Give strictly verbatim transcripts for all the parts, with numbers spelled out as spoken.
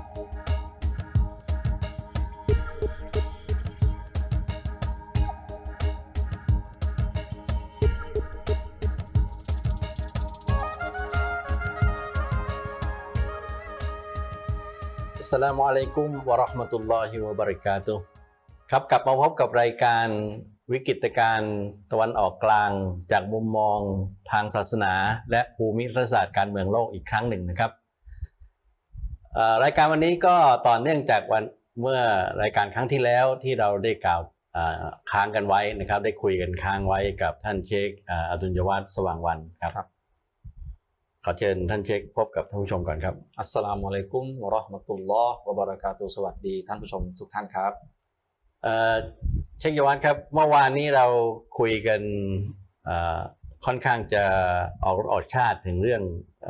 อัสสลามุอะลัยกุมวะเราะห์มะตุลลอฮิวะบะเราะกาตุฮ์ครับกลับมาพบกับรายการวิกฤตการณ์ตะวันออกกลางจากมุมมองทางศาสนาและภูมิรัฐศาสตร์การเมืองโลกอีกครั้งหนึ่งนะครับรายการวันนี้ก็ต่อเนื่องจากวันเมื่อรายการครั้งที่แล้วที่เราได้กล่าวค้างกันไว้นะครับได้คุยกันค้างไว้กับท่านเชคอับดุลญาวาดสว่างวันครับขอเชิญท่านเชคพบกับท่านผู้ชมก่อนครับอัสสลามุอะลัยกุมวะเราะห์มะตุลลอฮ์วะบะเราะกาตุฮ์สวัสดีท่านผู้ชมทุกท่านครับเชคญาวาดครับเมื่อวานนี้เราคุยกันค่อนข้างจะออกรถออกชาติถึงเรื่อง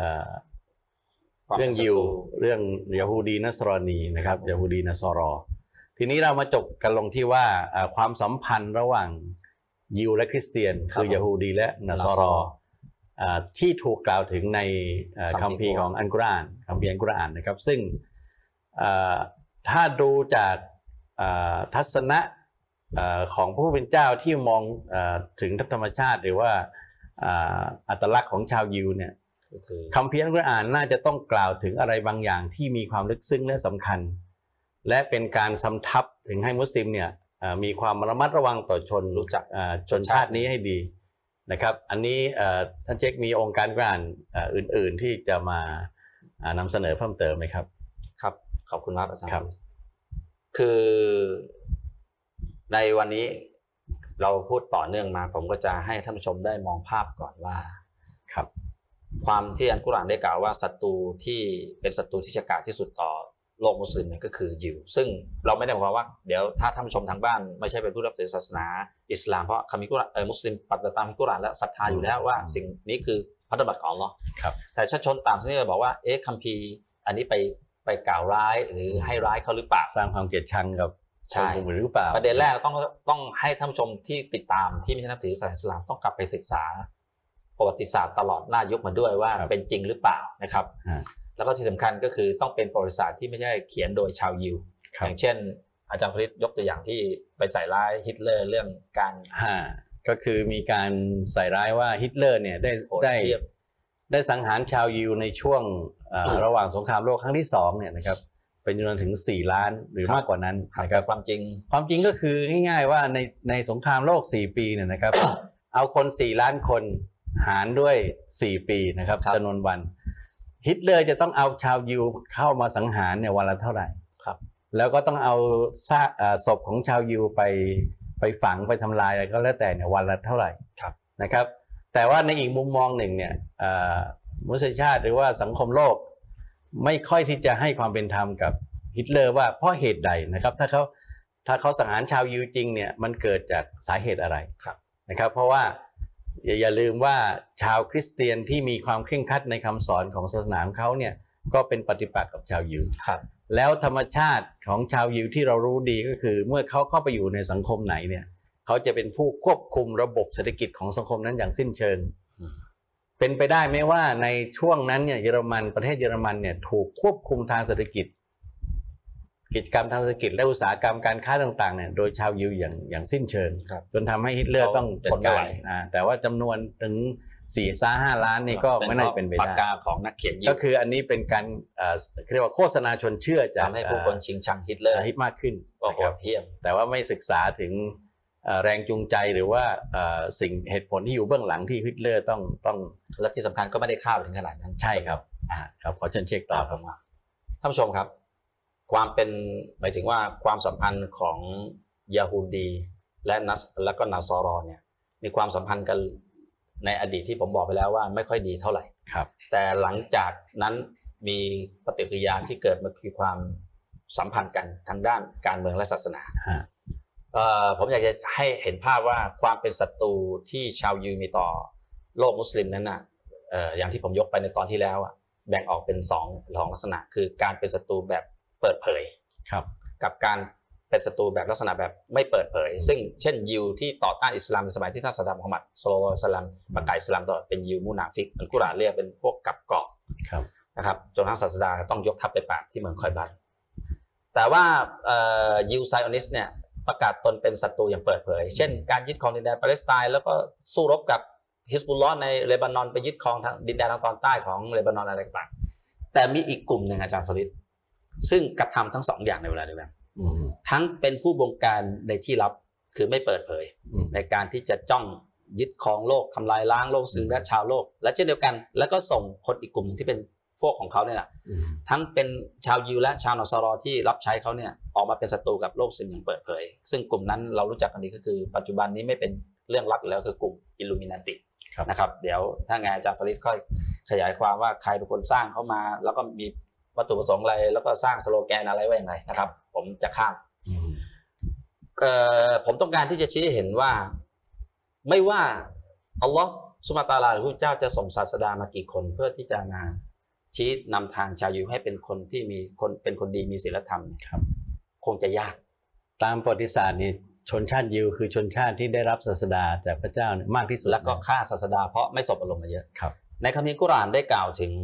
เรื่องยิวเรื่องยะฮูดีนัสรอนีนะครับยะฮูดีนัสรอทีนี้เรามาจบกันลงที่ว่าความสัมพันธ์ระหว่างยิวและคริสเตียนคือยะฮูดีและนัสรอที่ถูกกล่าวถึงในคัมภีร์ของอัลกุรอานคัมภีร์อัลกุรอานนะครับซึ่งถ้าดูจากทัศนะของพระผู้เป็นเจ้าที่มองถึงธรรมชาติหรือว่าอัตลักษณ์ของชาวยิวเนี่ยคัมภีร์อัลกุรอานน่าจะต้องกล่าวถึงอะไรบางอย่างที่มีความลึกซึ้งและสำคัญและเป็นการสำทับถึงให้มุสลิมเนี่ยมีความระมัดระวังต่อชนรู้จักชนชาตินี้ให้ดีนะครับอันนี้ท่านเจคมีองค์การกานอื่นๆที่จะมานำเสนอเพิ่มเติมไหมครับครับขอบคุณมากอาจารย์คือในวันนี้เราพูดต่อเนื่องมาผมก็จะให้ท่านผู้ชมได้มองภาพก่อนว่าครับความที่อัลกุรอานได้กล่าวว่าศัตรูที่เป็นศัตรูที่ฉกาจที่สุดต่อโลกมุสลิมเนี่ยก็คือยิวซึ่งเราไม่ได้หมายความว่าเดี๋ยวถ้าท่านผู้ชมทางบ้านไม่ใช่เป็นผู้รับศาสนาอิสลามเพราะคัมภีร์กุรอานเออมุสลิมปฏิบัติตามคัมภีร์กุรอานและศรัทธาอยู่แล้วว่าสิ่งนี้คือพันธบัตรของอัลเลาะห์ครับแต่ชาติชนต่างชาติบอกว่าเอ๊ะคัมภีร์อันนี้ไปไปกล่าวร้ายหรือให้ร้ายเขาหรือเปล่าสร้างความเกลียดชังกับใช่หรือเปล่าประเด็นแรกต้องต้องให้ท่านผู้ชมที่ติดตามที่ไม่ใช่นับถือศาสนาอิสลามต้องกลับไปศึกษาประวัติศาสตร์ตลอดหน้ายุคมาด้วยว่าเป็นจริงหรือเปล่านะครับแล้วก็ที่สำคัญก็คือต้องเป็นประวัติศาสตร์ที่ไม่ใช่เขียนโดยชาวยิวอย่างเช่นอาจารย์ฟริดยกตัวอย่างที่ไปใส่ร้ายฮิตเลอร์เรื่องการก็คือมีการใส่ร้ายว่าฮิตเลอร์เนี่ยได้ได้ได้สังหารชาวยิวในช่วงระหว่างสงครามโลกครั้งที่สองเนี่ยนะครับเป็นจำนวนถึงสี่ล้านหรือมากกว่านั้นนะครับความจริงความจริงก็คือง่ายๆว่าในในสงครามโลกสี่ปีเนี่ยนะครับ เอาคนสี่ล้านคนหารด้วยสี่ปีนะครับจำนวนวันฮิตเลอร์จะต้องเอาชาวยิวเข้ามาสังหารเนี่ยวันละเท่าไหร่ครับแล้วก็ต้องเอาซากศพของชาวยิวไปไปฝังไปทำลายอะไรก็แล้วแต่เนี่ยวันละเท่าไหร่นะครับแต่ว่าในอีกมุมมองหนึ่งเนี่ยมนุษยชาติหรือว่าสังคมโลกไม่ค่อยที่จะให้ความเป็นธรรมกับฮิตเลอร์ว่าเพราะเหตุใดนะครับถ้าเขาถ้าเขาสังหารชาวยิวจริงเนี่ยมันเกิดจากสาเหตุอะไรนะครับเพราะว่าอย่าลืมว่าชาวคริสเตียนที่มีความเคร่งครัดในคำสอนของศาสนาของเขาเนี่ยก็เป็นปฏิปักษ์กับชาวยิวแล้วธรรมชาติของชาวยิวที่เรารู้ดีก็คือเมื่อเขาเข้าไปอยู่ในสังคมไหนเนี่ยเขาจะเป็นผู้ควบคุมระบบเศรษฐกิจของสังคมนั้นอย่างสิ้นเชิงเป็นไปได้ไหมว่าในช่วงนั้นเนี่ยเยอรมันประเทศเยอรมันเนี่ยถูกควบคุมทางเศรษฐกิจกิจกรรมทางเศรษฐกิจและอุตสาหกรรมการค้าต่างๆเนี่ยโดยชาวยิวอย่างอย่างสิ้นเชิงจนทำให้ฮิตเลอร์ต้องจัดการนะแต่ว่าจำนวนถึงสี่ซ่าห้าล้านนี่ก็ไม่น่าจะเป็นไปได้ปากกาของนักเขียนยิวก็คืออันนี้เป็นการเรียกว่าโฆษณาชวนเชื่อจะทำให้ผู้คนชิงชังฮิตเลอร์ฮิตมากขึ้นนะครับเยี่ยมแต่ว่าไม่ศึกษาถึงแรงจูงใจหรือว่าสิ่งเหตุผลที่อยู่เบื้องหลังที่ฮิตเลอร์ต้องต้องและที่สำคัญก็ไม่ได้ข้าวถึงขนาดนั้นใช่ครับครับขอเชิญเช็คต่อครับท่านผู้ชมครับความเป็นหมายถึงว่าความสัมพันธ์ของยะฮูดีและนัสและก็นาซอรอเนี่ยมีความสัมพันธ์กันในอดีตที่ผมบอกไปแล้วว่าไม่ค่อยดีเท่าไหร่ครับแต่หลังจากนั้นมีปฏิกิริยาที่เกิดมาคือความสัมพันธ์กันทางด้านการเมืองและศาสนาผมอยากจะให้เห็นภาพว่าความเป็นศัตรูที่ชาวยิวมีต่อโลกมุสลิมนั้นนะอย่างที่ผมยกไปในตอนที่แล้วแบ่งออกเป็นสองสองลักษณะคือการเป็นศัตรูแบบเปิดเผยกับการเป็นศัตรูแบบลักษณะแบบไม่เปิดเผยซึ่งเช่นยิวที่ต่อต้านอิสลามในสมัยที่ท่านศาสดามุฮัมมัดศ็อลลัลลอฮุอะลัยฮิวะซัลลัมประกาศอิสลามตลอดเป็นยิวมุนาฟิกอัลกุรอานเรียกเป็นพวกกับเกาะนะครับจนท่านศาสดาต้องยกทัพไปปราบที่เมืองคอยบัตแต่ว่ายิวไซออนิสต์เนี่ยประกาศตนเป็นศัตรูอย่างเปิดเผยเช่นการยึดครองดินแดนปาเลสไตน์แล้วก็สู้รบกับฮิสบุลลอฮ์ในเลบานอนไปยึดครองทางดินแดนทางตอนใต้ของเลบานอนอะไรต่างๆแต่มีอีกกลุ่มหนึ่งอาจารย์ฟริดซึ่งกระทำทั้งสองอย่างในเวลาเดียวกันทั้งเป็นผู้บงการในที่ลับคือไม่เปิดเผยในการที่จะจ้องยึดครองโลกทำลายล้างโลกซึ่งและชาวโลกและเช่นเดียวกันแล้วก็ส่งคนอีกกลุ่มที่เป็นพวกของเขาเนี่ยแหละทั้งเป็นชาวยิวและชาวนอสรอที่รับใช้เขาเนี่ยออกมาเป็นศัตรูกับโลกซึ่งอย่างเปิดเผยซึ่งกลุ่มนั้นเรารู้จักกันดีก็คือปัจจุบันนี้ไม่เป็นเรื่องลับแล้วคือกลุ่มอิลลูมินาตินะครับเดี๋ยวถ้าไงอาจารย์ฟริดค่อยขยายความว่าใครเป็นคนสร้างเขามาแล้วก็มีวัตถุประสงค์อะไรแล้วก็สร้างสโลแกนอะไรไว้อย่างไรนะครับผมจะข้ามผมต้องการที่จะชี้ให้เห็นว่าไม่ว่าอัลลอฮ์ซุบฮานะฮูวะตะอาลาหรือพระเจ้าจะส่งศาสดามากี่คนเพื่อที่จะมาชี้นำทางชาวยิวให้เป็นคนที่มีคนเป็นคนดีมีศีลธรรมครับคงจะยากตามประวัติศาสตร์นี่ชนชาติยิวคือชนชาติที่ได้รับศาสดาจากพระเจ้ามากที่สุดแล้วก็ฆ่าศาสดาเพราะไม่สบอารมณ์มาเยอะครับในคัมภีร์กุรอานได้กล่าวถึง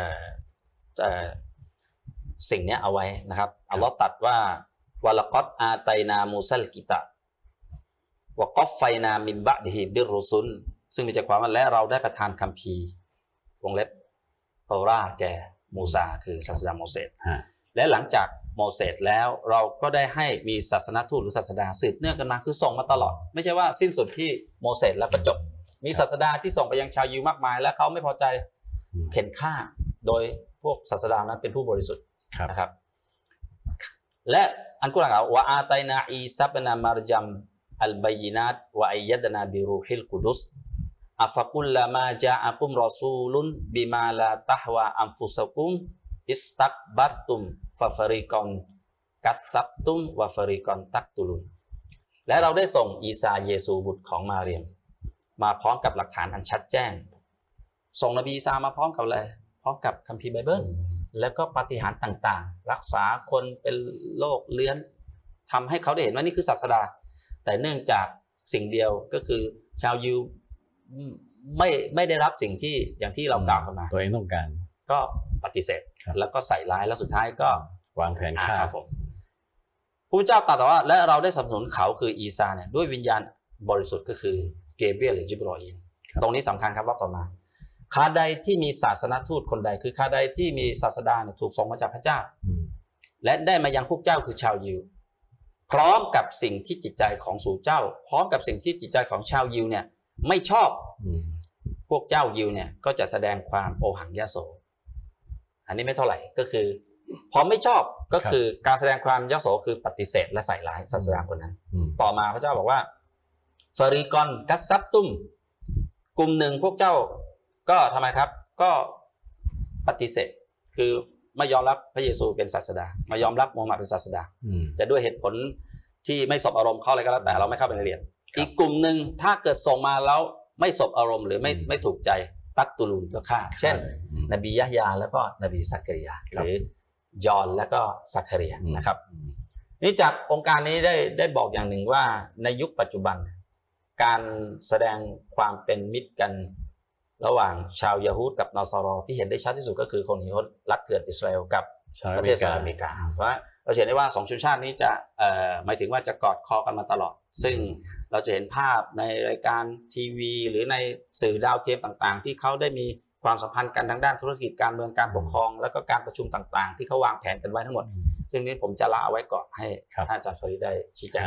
สิ่งนี้เอาไว้นะครับอัลลอฮ์ตรัสว่าวะละกอดอาตัยนามูซัลกิตะวะกอฟไฟนามินบะดิฮิบิรุซุลซึ่งมีใจความว่าและเราได้ประทานคัมภีร์วงเล็บโตราแก่มูซาคือศาสดาโมเสสและหลังจากโมเสสแล้วเราก็ได้ให้มีศาสนทูตหรือศาสดาสืบเนื่องกันมาคือส่งมาตลอดไม่ใช่ว่าสิ้นสุดที่โมเสสแล้วก็จบมีศาสดาที่ส่งไปยังชาวยิวมากมายและเขาไม่พอใจเข็นฆ่าโดยพวกศาสดานั้นเป็นผู้บริสุทธิ์นะครับและอันกุรอานกล่าวว่าอาตัยนาอีซาบนามารจัมอัลบัยยินัตวะอัยยัดนาบิรูฮิลกุดุสอัฟกุลลามาจาอักุมรอซูลุนบิมาลาตะฮวาอัมฟุสกุมอิสตักบัรตุมฟาฟริกอนกัสซับตุมวาฟริกอนตักตุลุนและเราได้ส่งอีซาเยซูบุตรของมาเรียมมาพร้อมกับหลักฐานอันชัดแจ้งส่งนบีอีซามาพร้อมกับอะไรพร้อมกับคัมภีร์ไบเบิลแล้วก็ปาฏิหาริย์ต่างๆรักษาคนเป็นโรคเลื้อนทำให้เขาได้เห็นว่านี่คือศาสดาแต่เนื่องจากสิ่งเดียวก็คือชาวยิวไม่ไม่ได้รับสิ่งที่อย่างที่เรากล่าวกันมาตัวเองต้องการก็ปฏิเสธแล้วก็ใส่ร้ายแล้วสุดท้ายก็วางแผนฆ่าผมพระเจ้าตรัสว่าและเราได้สนับสนุนเขาคืออีซาเนี่ยด้วยวิญญาณบริสุทธิ์ก็คือเกเบรียลหรือจิบรออีลตรงนี้สำคัญครับว่าต่อมาข้าใดที่มีศาสนทูตคนใดคือข้าใดที่มีศาสดาถูกส่งมาจากพระเจ้าและได้มายังพวกเจ้าคือชาวยิวพร้อมกับสิ่งที่จิตใจของสู่เจ้าพร้อมกับสิ่งที่จิตใจของชาวยิวเนี่ยไม่ชอบพวกเจ้ายิวเนี่ยก็จะแสดงความโอหังยโสอันนี้ไม่เท่าไหร่ก็คือพอไม่ชอบก็คือการแสดงความยโสคือปฏิเสธและใส่ร้ายศาสดาคนนั้นต่อมาพระเจ้าบอกว่าฟาริกอนกัสซับตุมกลุ่มหนึ่งพวกเจ้าก็ทำไมครับก็ปฏิเสธคือไม่ยอมรับพระเยซูเป็นศาสดาไม่ยอมรับมูฮัมหมัดเป็นศาสดาแต่ด้วยเหตุผลที่ไม่สบอารมณ์เขาอะไรก็แล้วแต่เราไม่เข้าไปในเรียนอีกกลุ่มหนึ่งถ้าเกิดส่งมาแล้วไม่สบอารมณ์หรือไม่ไม่ถูกใจตักตุลูนก็ฆ่าเช่นนบียะฮยาแล้วก็นบีซักริยาหรือยอนแล้วก็ซักคริยานะครับนี่จากองค์การนี้ได้ได้บอกอย่างหนึ่งว่าในยุคปัจจุบันการแสดงความเป็นมิตรกันระหว่างชาวยะฮูดกับนอสรอที่เห็นได้ชัดที่สุดก็คือคนยิวรัฐเถื่อนอิสราเอลกับประเทศสหรัฐอเมริกาเพราะเราเห็นได้ว่าสองชนชาตินี้จะเอ่อหมายถึงว่าจะกอดคอกันมาตลอดซึ่งเราจะเห็นภาพในรายการทีวีหรือในสื่อดาวเทียมต่างๆที่เขาได้มีความสัมพันธ์กันทางด้านธุรกิจการเมืองการปกครองแล้วก็การประชุมต่างๆที่เขาวางแผนกันไว้ทั้งหมดซึ่งนี้ผมจะละเอาไว้ก่อนให้ท่านอาจารย์ฟาริดได้ชี้แจง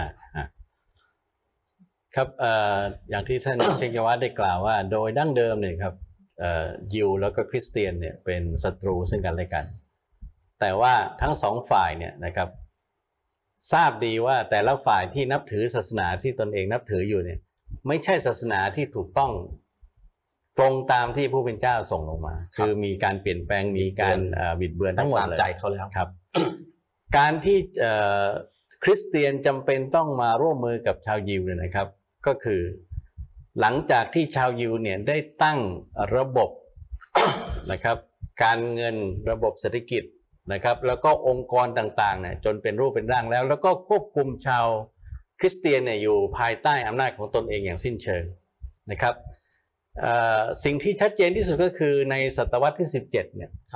ครับเอ่ออย่างที่ท่านเชคยะวะได้กล่าวว่าโดยดั้งเดิมเนี่ยครับเอ่อยิวแล้วก็คริสเตียนเนี่ยเป็นศัตรูซึ่งกันและกันแต่ว่าทั้งสองฝ่ายเนี่ยนะครับทราบดีว่าแต่ละฝ่ายที่นับถือศาสนาที่ตนเองนับถืออยู่เนี่ยไม่ใช่ศาสนาที่ถูกต้องตรงตามที่ผู้เป็นเจ้าส่งลงมาคือมีการเปลี่ยนแปลงมีการบิดเบือนทั้งหมดเลยใจเขาแล้วครับ การที่คริสเตียนจำเป็นต้องมาร่วมมือกับชาวยิวเนี่ยนะครับก็คือหลังจากที่ชาวยิวเนี่ยได้ตั้งระบบ นะครับการเงินระบบเศรษฐกิจนะครับแล้วก็องค์กรต่างๆเนี่ยจนเป็นรูปเป็นร่างแล้วแล้วก็ควบคุมชาวคริสเตียนเนี่ยอยู่ภายใต้อำนาจของตนเองอย่างสิ้นเชิงนะครับสิ่งที่ชัดเจนที่สุดก็คือในศตวรรษที่สิบเจ็ดเนี่ย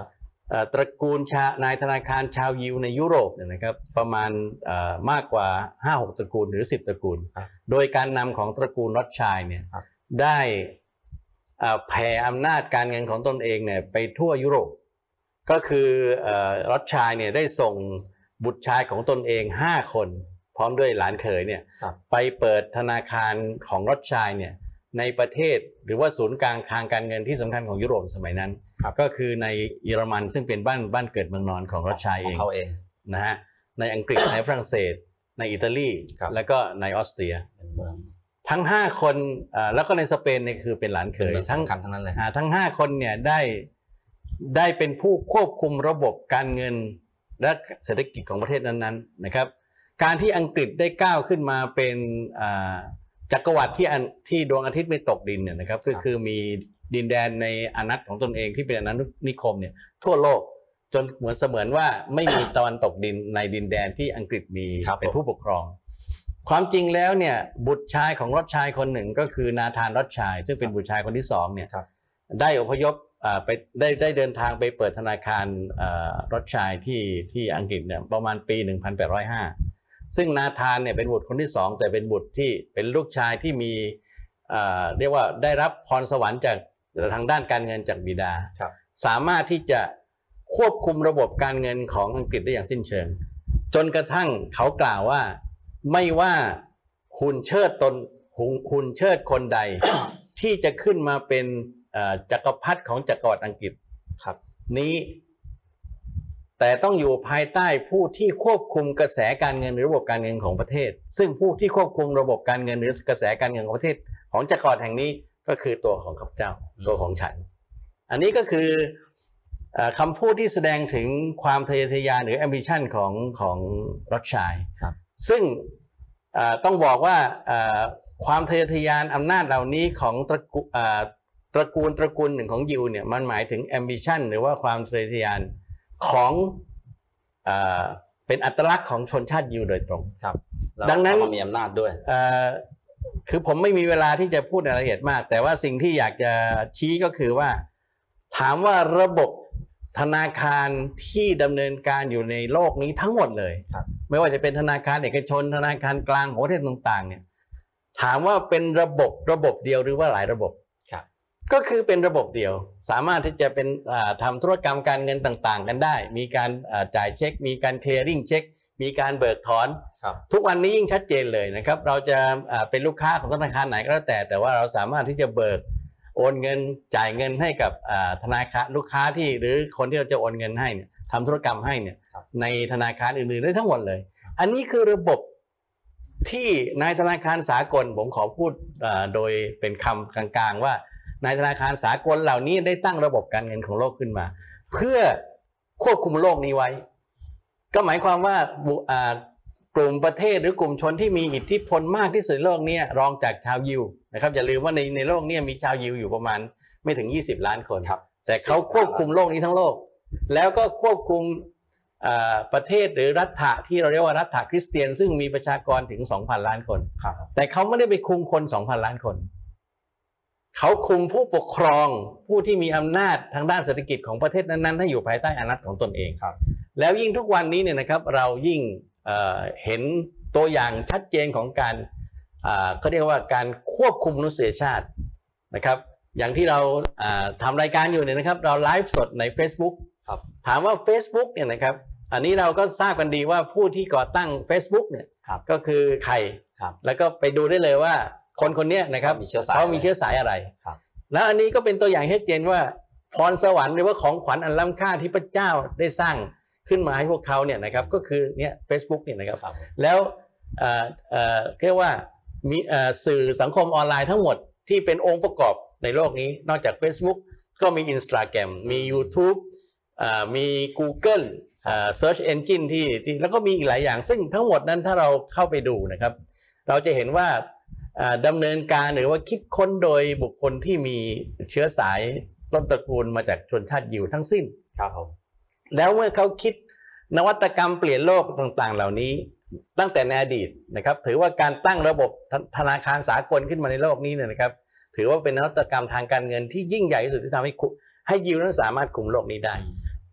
ตระกูลชานายธนาคารชาวยิวในยุโรปเนี่ยนะครับประมาณมากกว่า ห้าหก ตระกูลหรือสิบตระกูลโดยการนำของตระกูลรอตชัยเนี่ยได้แผ่อำนาจการเงินของตนเองเนี่ยไปทั่วยุโรปก็คือรอตชัยเนี่ยได้ส่งบุตรชายของตนเองห้าคนพร้อมด้วยหลานเขยเนี่ยไปเปิดธนาคารของรอตชัยเนี่ยในประเทศหรือว่าศูนย์กลางทางการเงินที่สำคัญของยุโรปสมัยนั้นก็คือในเยอรมันซึ่งเป็นบ้านบ้านเกิดเมืองนอนของรอตชัยเองเองนะฮะในอังกฤษในฝรั่งเศสในอิตาลีแล้วก็ในออสเตรียทั้งห้าคนแล้วก็ในสเปนเนี่ยคือเป็นหลานเขยทั้งทั้งนั้นเลยทั้งห้าคนเนี่ยได้ได้เป็นผู้ควบคุมระบบการเงินและเศรษฐกิจของประเทศนั้นๆนะครับการที่อังกฤษได้ก้าวขึ้นมาเป็นจักรวรรดิที่ที่ดวงอาทิตย์ไม่ตกดินเนี่ยนะครับก็คือมีดินแดนในอาณาของตนเองที่เป็นอาณานิคมเนี่ยทั่วโลกจนเหมือนเสมือนว่าไม่มีตะวันตกดินในดินแดนที่อังกฤษมีเป็นผู้ปกครองความจริงแล้วเนี่ยบุตรชายของรอตชัยคนหนึ่งก็คือนาธานรอตชัยซึ่งเป็นบุตรชายคนที่สองเนี่ยได้อพยพไปได้ได้เดินทางไปเปิดธนาคารรอตชัยที่ที่อังกฤษเนี่ยประมาณปีหนึ่งพันแปดร้อยห้าซึ่งนาธานเนี่ยเป็นบุตรคนที่สองแต่เป็นบุตรที่เป็นลูกชายที่มีเรียกว่าได้รับพรสวรรค์จากทางด้านการเงินจากบิดาสามารถที่จะควบคุมระบบการเงินของอังกฤษได้อย่างสิ้นเชิงจนกระทั่งเขากล่าวว่าไม่ว่าหุ่นเชิดตนหุ่นเชิดคนใด ที่จะขึ้นมาเป็นจักรพรรดิของจักรวรรดิอังกฤษครับนี้แต่ต้องอยู่ภายใต้ผู้ที่ควบคุมกระแสการเงินหรือระบบการเงินของประเทศซึ่งผู้ที่ควบคุมระบบการเงินหรือกระแสการเงินของประเทศของจักรวรรดิแห่งนี้ก็คือตัวของข้าพเจ้าตัวของฉันอันนี้ก็คือคำพูดที่แสดงถึงความทะเยอทะยานหรือ ambition ของของรอตชัยซึ่งต้องบอกว่าความทะเยอทะยานอำนาจเหล่านี้ของตระกูลตระกูลตระกูลหนึ่งของยิวเนี่ยมันหมายถึง ambition หรือว่าความทะเยอทะยานของเอ่อเป็นอัตลักษณ์ของชนชาติยิวโดยตรงครับดังนั้นมีอำนาจด้วยคือผมไม่มีเวลาที่จะพูดรายละเอียดมากแต่ว่าสิ่งที่อยากจะชี้ก็คือว่าถามว่าระบบธนาคารที่ดำเนินการอยู่ในโลกนี้ทั้งหมดเลยไม่ว่าจะเป็นธนาคารเอกชนธนาคารกลางของประเทศต่างๆเนี่ยถามว่าเป็นระบบระบบเดียวหรือว่าหลายระบบก็คือเป็นระบบเดียวสามารถที่จะเป็นทำธุรกรรมการเงินต่างๆกันได้มีการจ่ายเช็คมีการเคลียร์ริ่งเช็คมีการเบิกถอนทุกวันนี้ยิ่งชัดเจนเลยนะครับเราจะเป็นลูกค้าของธนาคารไหนก็แล้วแต่แต่ว่าเราสามารถที่จะเบิกโอนเงินจ่ายเงินให้กับธนาคารลูกค้าที่หรือคนที่เราจะโอนเงินให้เนี่ยทำธุรกรรมให้เนี่ยในธนาคารอื่นๆได้ทั้งหมดเลยอันนี้คือระบบที่นายธนาคารสากลผมขอพูดโดยเป็นคำกลางๆว่านายธนาคารสากลเหล่านี้ได้ตั้งระบบการเงินของโลกขึ้นมาเพื่อควบคุมโลกนี้ไว้ก็หมายความว่ากลุ่มประเทศหรือกลุ่มชนที่มีอิทธิพลมากที่สุดในโลกนี้รองจากชาวยิวนะครับอย่าลืมว่าในในโลกนี้มีชาวยิวอยู่ประมาณไม่ถึงยี่สิบล้านคนแต่เขาควบคุมโลกนี้ทั้งโลกแล้วก็ควบคุมประเทศหรือรัฐะที่เราเรียกว่ารัฐะคริสเตียนซึ่งมีประชากรถึง สองพัน ล้านคนแต่เขาไม่ได้ไปคุมคน สองพัน ล้านคนเขาคุมผู้ปกครองผู้ที่มีอำนาจทางด้านเศรษฐกิจของประเทศนั้นๆให้อยู่ภายใต้อำนาจของตนเองครับแล้วยิ่งทุกวันนี้เนี่ยนะครับเรายิ่ง เ, เห็นตัวอย่างชัดเจนของการเขาเรียกว่าการควบคุมมนุษยชาตินะครับอย่างที่เราทำรายการอยู่เนี่ยนะครับเราไลฟ์สดใน Facebook ครับถามว่า Facebook เนี่ยนะครับอันนี้เราก็ทราบกันดีว่าผู้ที่ก่อตั้ง Facebook เนี่ยก็คือใครแล้วก็ไปดูได้เลยว่าคนคนนี้นะครับเขามีเชื้อสายอะไรแล้วอันนี้ก็เป็นตัวอย่างชัดเจนว่าพรสวรรค์หรือว่าของขวัญอันล้ำค่าที่พระเจ้าได้สร้างขึ้นมาให้พวกเขาเนี่ยนะครับก็คือเนี่ย Facebook เนี่ยนะครับแล้วเอ่อเอ่อเรียกว่ามีเอ่อสื่อสังคมออนไลน์ทั้งหมดที่เป็นองค์ประกอบในโลกนี้นอกจาก Facebook ก็มี Instagram มี YouTube เอ่อมี Google เอ่อ Search Engine ที่ที่แล้วก็มีอีกหลายอย่างซึ่งทั้งหมดนั้นถ้าเราเข้าไปดูนะครับเราจะเห็นว่าดำเนินการหรือว่าคิดค้นโดยบุคคลที่มีเชื้อสายต้นตระกูลมาจากชนชาติยิวทั้งสิ้นครับผมแล้วเมื่อเขาคิดนวัตกรรมเปลี่ยนโลกต่างๆเหล่านี้ตั้งแต่ในอดีตนะครับถือว่าการตั้งระบบธนาคารสากลขึ้นมาในโลกนี้เนี่ยนะครับถือว่าเป็นนวัตกรรมทางการเงินที่ยิ่งใหญ่ที่สุดที่ทำให้ให้ยิวนั้นสามารถคุมโลกนี้ได้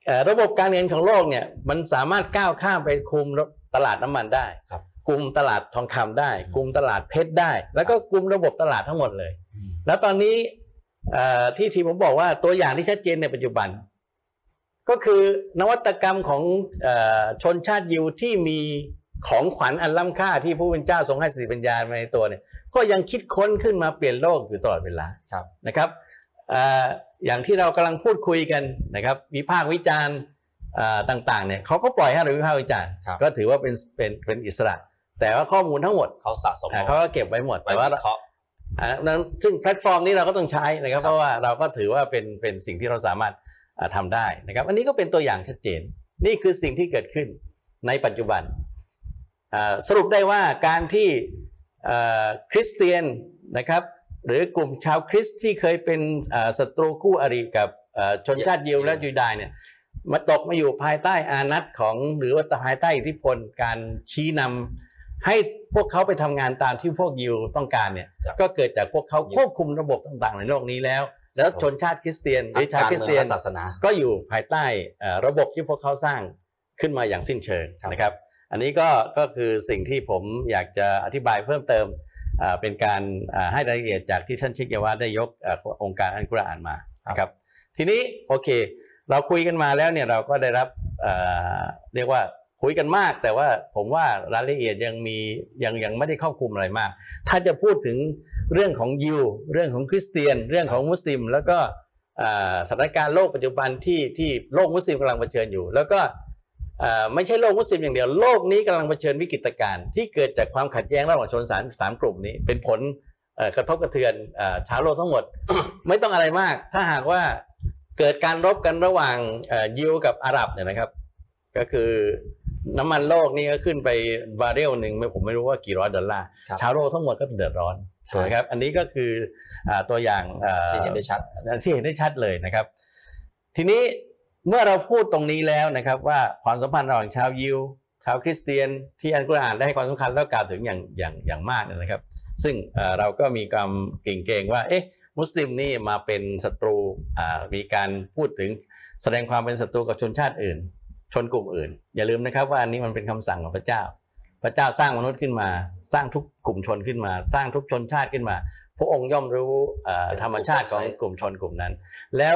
ระบบการเงินของโลกเนี่ยมันสามารถก้าวข้ามไปคุมตลาดน้ำมันได้คุมตลาดทองคำได้คุมตลาดเพชรได้แล้วก็คุมระบบตลาดทั้งหมดเลยแล้วตอนนี้ที่ทีผมบอกว่าตัวอย่างที่ชัดเจนในปัจจุบันก็คือนวัตกรรมของชนชาติยิวที่มีของขวัญอันล้ำค่าที่ผู้เป็นเจ้าทรงให้สติปัญญามาในตัวเนี่ยก็ยังคิดค้นขึ้นมาเปลี่ยนโลกอยู่ตลอดเวลานะครับอย่างที่เรากำลังพูดคุยกันนะครับวิพากษ์วิจารณ์ต่างๆเนี่ยเขาก็ปล่อยให้เราวิพากษ์วิจารณ์ก็ถือว่าเป็นเป็นเป็นอิสระแต่ว่าข้อมูลทั้งหมดเขาสะสมเขาก็เก็บไว้หมดแต่ว่าเขานั้นซึ่งแพลตฟอร์มนี้เราก็ต้องใช้นะครับเพราะว่าเราก็ถือว่าเป็นเป็นสิ่งที่เราสามารถทำได้นะครับอันนี้ก็เป็นตัวอย่างชัดเจนนี่คือสิ่งที่เกิดขึ้นในปัจจุบันสรุปได้ว่าการที่คริสเตียนนะครับหรือกลุ่มชาวคริสต์ที่เคยเป็นศัตรูคู่อริกับชนชาติยิวและยูดายเนี่ยมาตกมาอยู่ภายใต้อานัตของหรือว่าภายใต้อิทธิพลการชี้นำให้พวกเขาไปทำงานตามที่พวกยิวต้องการเนี่ยก็เกิดจากพวกเขาควบคุมระบบต่างๆในโลกนี้แล้วแล้วชนชาติคริสเตียนหรือชาวคริสเตียนศาสนาก็อยู่ภายใต้ระบบที่พวกเขาสร้างขึ้นมาอย่างสิ้นเชิงนะครับอันนี้ก็ก็คือสิ่งที่ผมอยากจะอธิบายเพิ่มเติมเป็นการให้รายละเอียดจากที่ท่านชิกยาวาได้ยกองค์การอัลกุรอานมานะครับทีนี้โอเคเราคุยกันมาแล้วเนี่ยเราก็ได้รับเรียกว่าคุยกันมากแต่ว่าผมว่ารายละเอียดยังมียังยังไม่ได้ครอบคลุมอะไรมากถ้าจะพูดถึงเรื่องของยิวเรื่องของคริสเตียนเรื่องของมุสลิมแล้วก็สถานการณ์โลกปัจจุบันที่ที่โลกมุสลิมกำลังเผชิญอยู่แล้วก็ไม่ใช่โลกมุสลิมอย่างเดียวโลกนี้กำลังเผชิญวิกฤตการณ์ที่เกิดจากความขัดแย้งระหว่างชนสามสามกลุ่มนี้เป็นผลกระทบกระเทือนชาวโลกทั้งหมด ไม่ต้องอะไรมากถ้าหากว่าเกิดการรบกันระหว่างยิวกับอาหรับเนี่ยนะครับก็คือน้ำมันโลกนี่ก็ขึ้นไปบาร์เรลหนึ่งผมไม่รู้ว่ากี่ร้อยดอลลาร์ชาวโลกทั้งหมดก็เดือดร้อนถูกไหมครับอันนี้ก็คือตัวอย่างที่เห็นได้ชัดที่เห็นได้ชัดเลยนะครับทีนี้เมื่อเราพูดตรงนี้แล้วนะครับว่าความสัมพันธ์ระหว่างชาวยิวชาวคริสเตียนที่อัลกุรอานได้ให้ความสำคัญแล้วกล่าวถึงอย่างอย่างอย่างมากนะครับซึ่งเราก็มีความเกรงเกรงว่าเอ๊ะมุสลิมนี่มาเป็นศัตรูมีการพูดถึงแสดงความเป็นศัตรูกับชนชาติอื่นชนกลุ่มอื่นอย่าลืมนะครับว่าอันนี้มันเป็นคำสั่งของพระเจ้าพระเจ้าสร้างมนุษย์ขึ้นมาสร้างทุกกลุ่มชนขึ้นมาสร้างทุกชนชาติขึ้นมาพระองค์ย่อมรู้ธรรมชาติของกลุ่มชนกลุ่มนั้นแล้ว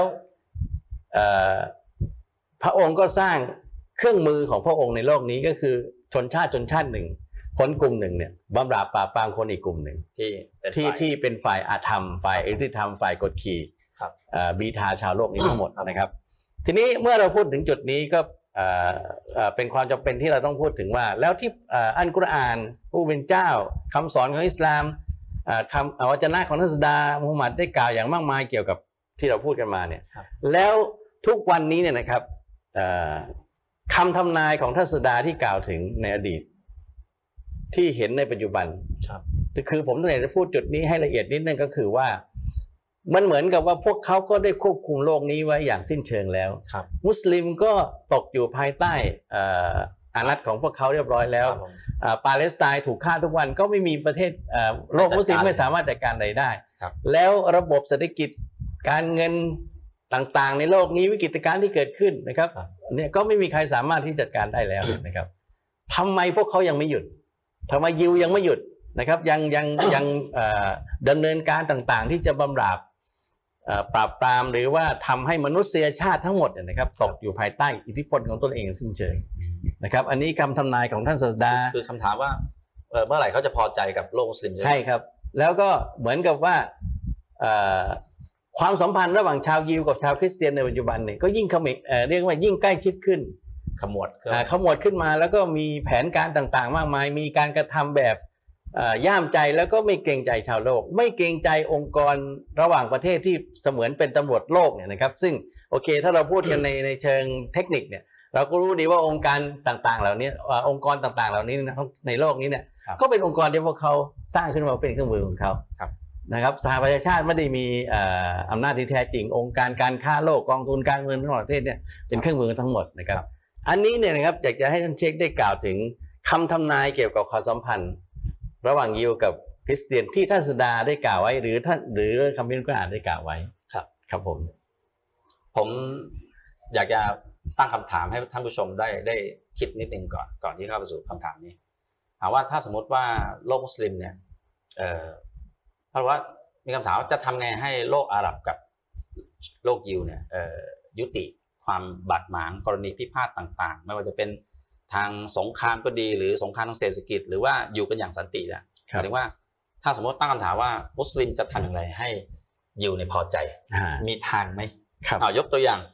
พระองค์ก็สร้างเครื่องมือของพระองค์ในโลกนี้ก็คือชนชาติชนชาติหนึ่งคนกลุ่มหนึ่งเนี่ยบำราบปราบปรามคนอีกกลุ่มหนึ่งที่ที่ที่เป็นฝ่ายอาธรรมฝ่ายอยุติธรรมฝ่ายกดขี่บีทาชาวโลกนี้ทั้งหมดนะครับทีนี้เมื่อเราพูดถึงจุดนี้ก็เป็นความจำเป็นที่เราต้องพูดถึงว่าแล้วที่อัลกุรอานผู้เป็นเจ้าคำสอนของอิสลามคำวจนะของท่านศาสดามุฮัมมัดได้กล่าวอย่างมากมายเกี่ยวกับที่เราพูดกันมาเนี่ยแล้วทุกวันนี้เนี่ยนะครับคำทำนายของท่านศาสดาที่กล่าวถึงในอดีตที่เห็นในปัจจุบันคือผมต้องอยากจะพูดจุดนี้ให้ละเอียดนิดนึงก็คือว่ามันเหมือนกับว่าพวกเขาก็ได้ควบคุมโลกนี้ไว้อย่างสิ้นเชิงแล้วมุสลิมก็ตกอยู่ภายใต้อานัตของพวกเขาเรียบร้อยแล้วปาเลสไตน์ถูกฆ่าทุกวันก็ไม่มีประเทศโลกมุสลิมไม่สามารถจัดการใดได้แล้วระบบเศรษฐกิจการเงินต่างๆในโลกนี้วิกฤตการณ์ที่เกิดขึ้นนะครับเนี่ยก็ไม่มีใครสามารถที่จัดการได้แล้วนะครับทำไมพวกเขายังไม่หยุดทำไมยิวยังไม่หยุดนะครับยังยังยังดำเนินการต่างๆที่จะบำราบปราบปรามหรือว่าทำให้มนุษยชาติทั้งหมดนะครับตกอยู่ภายใต้อิทธิพลของตนเองสิ้นเชิงนะครับอันนี้คำทำนายของท่านศาสดาคือคำถามว่าเมื่อไหร่เขาจะพอใจกับโลกมุสลิมใช่ครับแล้วก็เหมือนกับว่าความสัมพันธ์ระหว่างชาวยิวกับชาวคริสเตียนในปัจจุบันเนี่ยก็ยิ่งขมิเรียกว่ายิ่งใกล้ชิดขึ้นขมวดขมวดขึ้นมาแล้วก็มีแผนการต่างๆมากมายมีการกระทำแบบย่ามใจแล้วก็ไม่เกรงใจชาวโลกไม่เกรงใจองค์กรระหว่างประเทศที่เสมือนเป็นตำรวจโลกเนี่ยนะครับซึ่งโอเคถ้าเราพูดกันในในเชิงเทคนิคเนี่ยเราก็รู้ดีว่าองค์การต่างๆเหล่านี้องค์กรต่างๆเหล่านี้ในโลกนี้เนี่ยก็เป็นองค์กรที่พวกเขาสร้างขึ้นมาเป็นเครื่องมือของเขานะครับสหประชาชาติไม่ได้มีอำนาจที่แท้จริงองค์การการค้าโลกกองทุนการเงินทั้งประเทศเนี่ยเป็นเครื่องมือทั้งหมดนะครับอันนี้เนี่ยนะครับอยากจะให้ท่านเช็คได้กล่าวถึงคำทำนายเกี่ยวกับความสัมพันธ์ระหว่างยิวกับคริสเตียนที่ท่านศาสดาได้กล่าวไว้หรือท่านหรือคัมภีร์กุรอานได้กล่าวไว้ครับครับผมผมอยากจะตั้งคำถามให้ท่านผู้ชมได้ได้คิดนิดนึงก่อนก่อนที่เข้าไปสู่คำถามนี้ถามว่าถ้าสมมติว่าโลกมุสลิมเนี่ยเอ่อถ้าว่ามีคำถามว่าจะทำไงให้โลกอาหรับกับโลกยิวเนี่ยเอ่อยุติความบาดหมางกรณีพิพาทต่างๆไม่ว่าจะเป็นทางสงครามก็ดีหรือสงครามทางเศรษฐกิจหรือว่าอยู่กันอย่างสันติเนี่ยหมายถึงว่าถ้าสมมติตั้งคำถามว่ามุสลิมจะทำอย่างไรให้ยิวเนี่ยพอใจมีทางไหมเอายกตัวอย่าง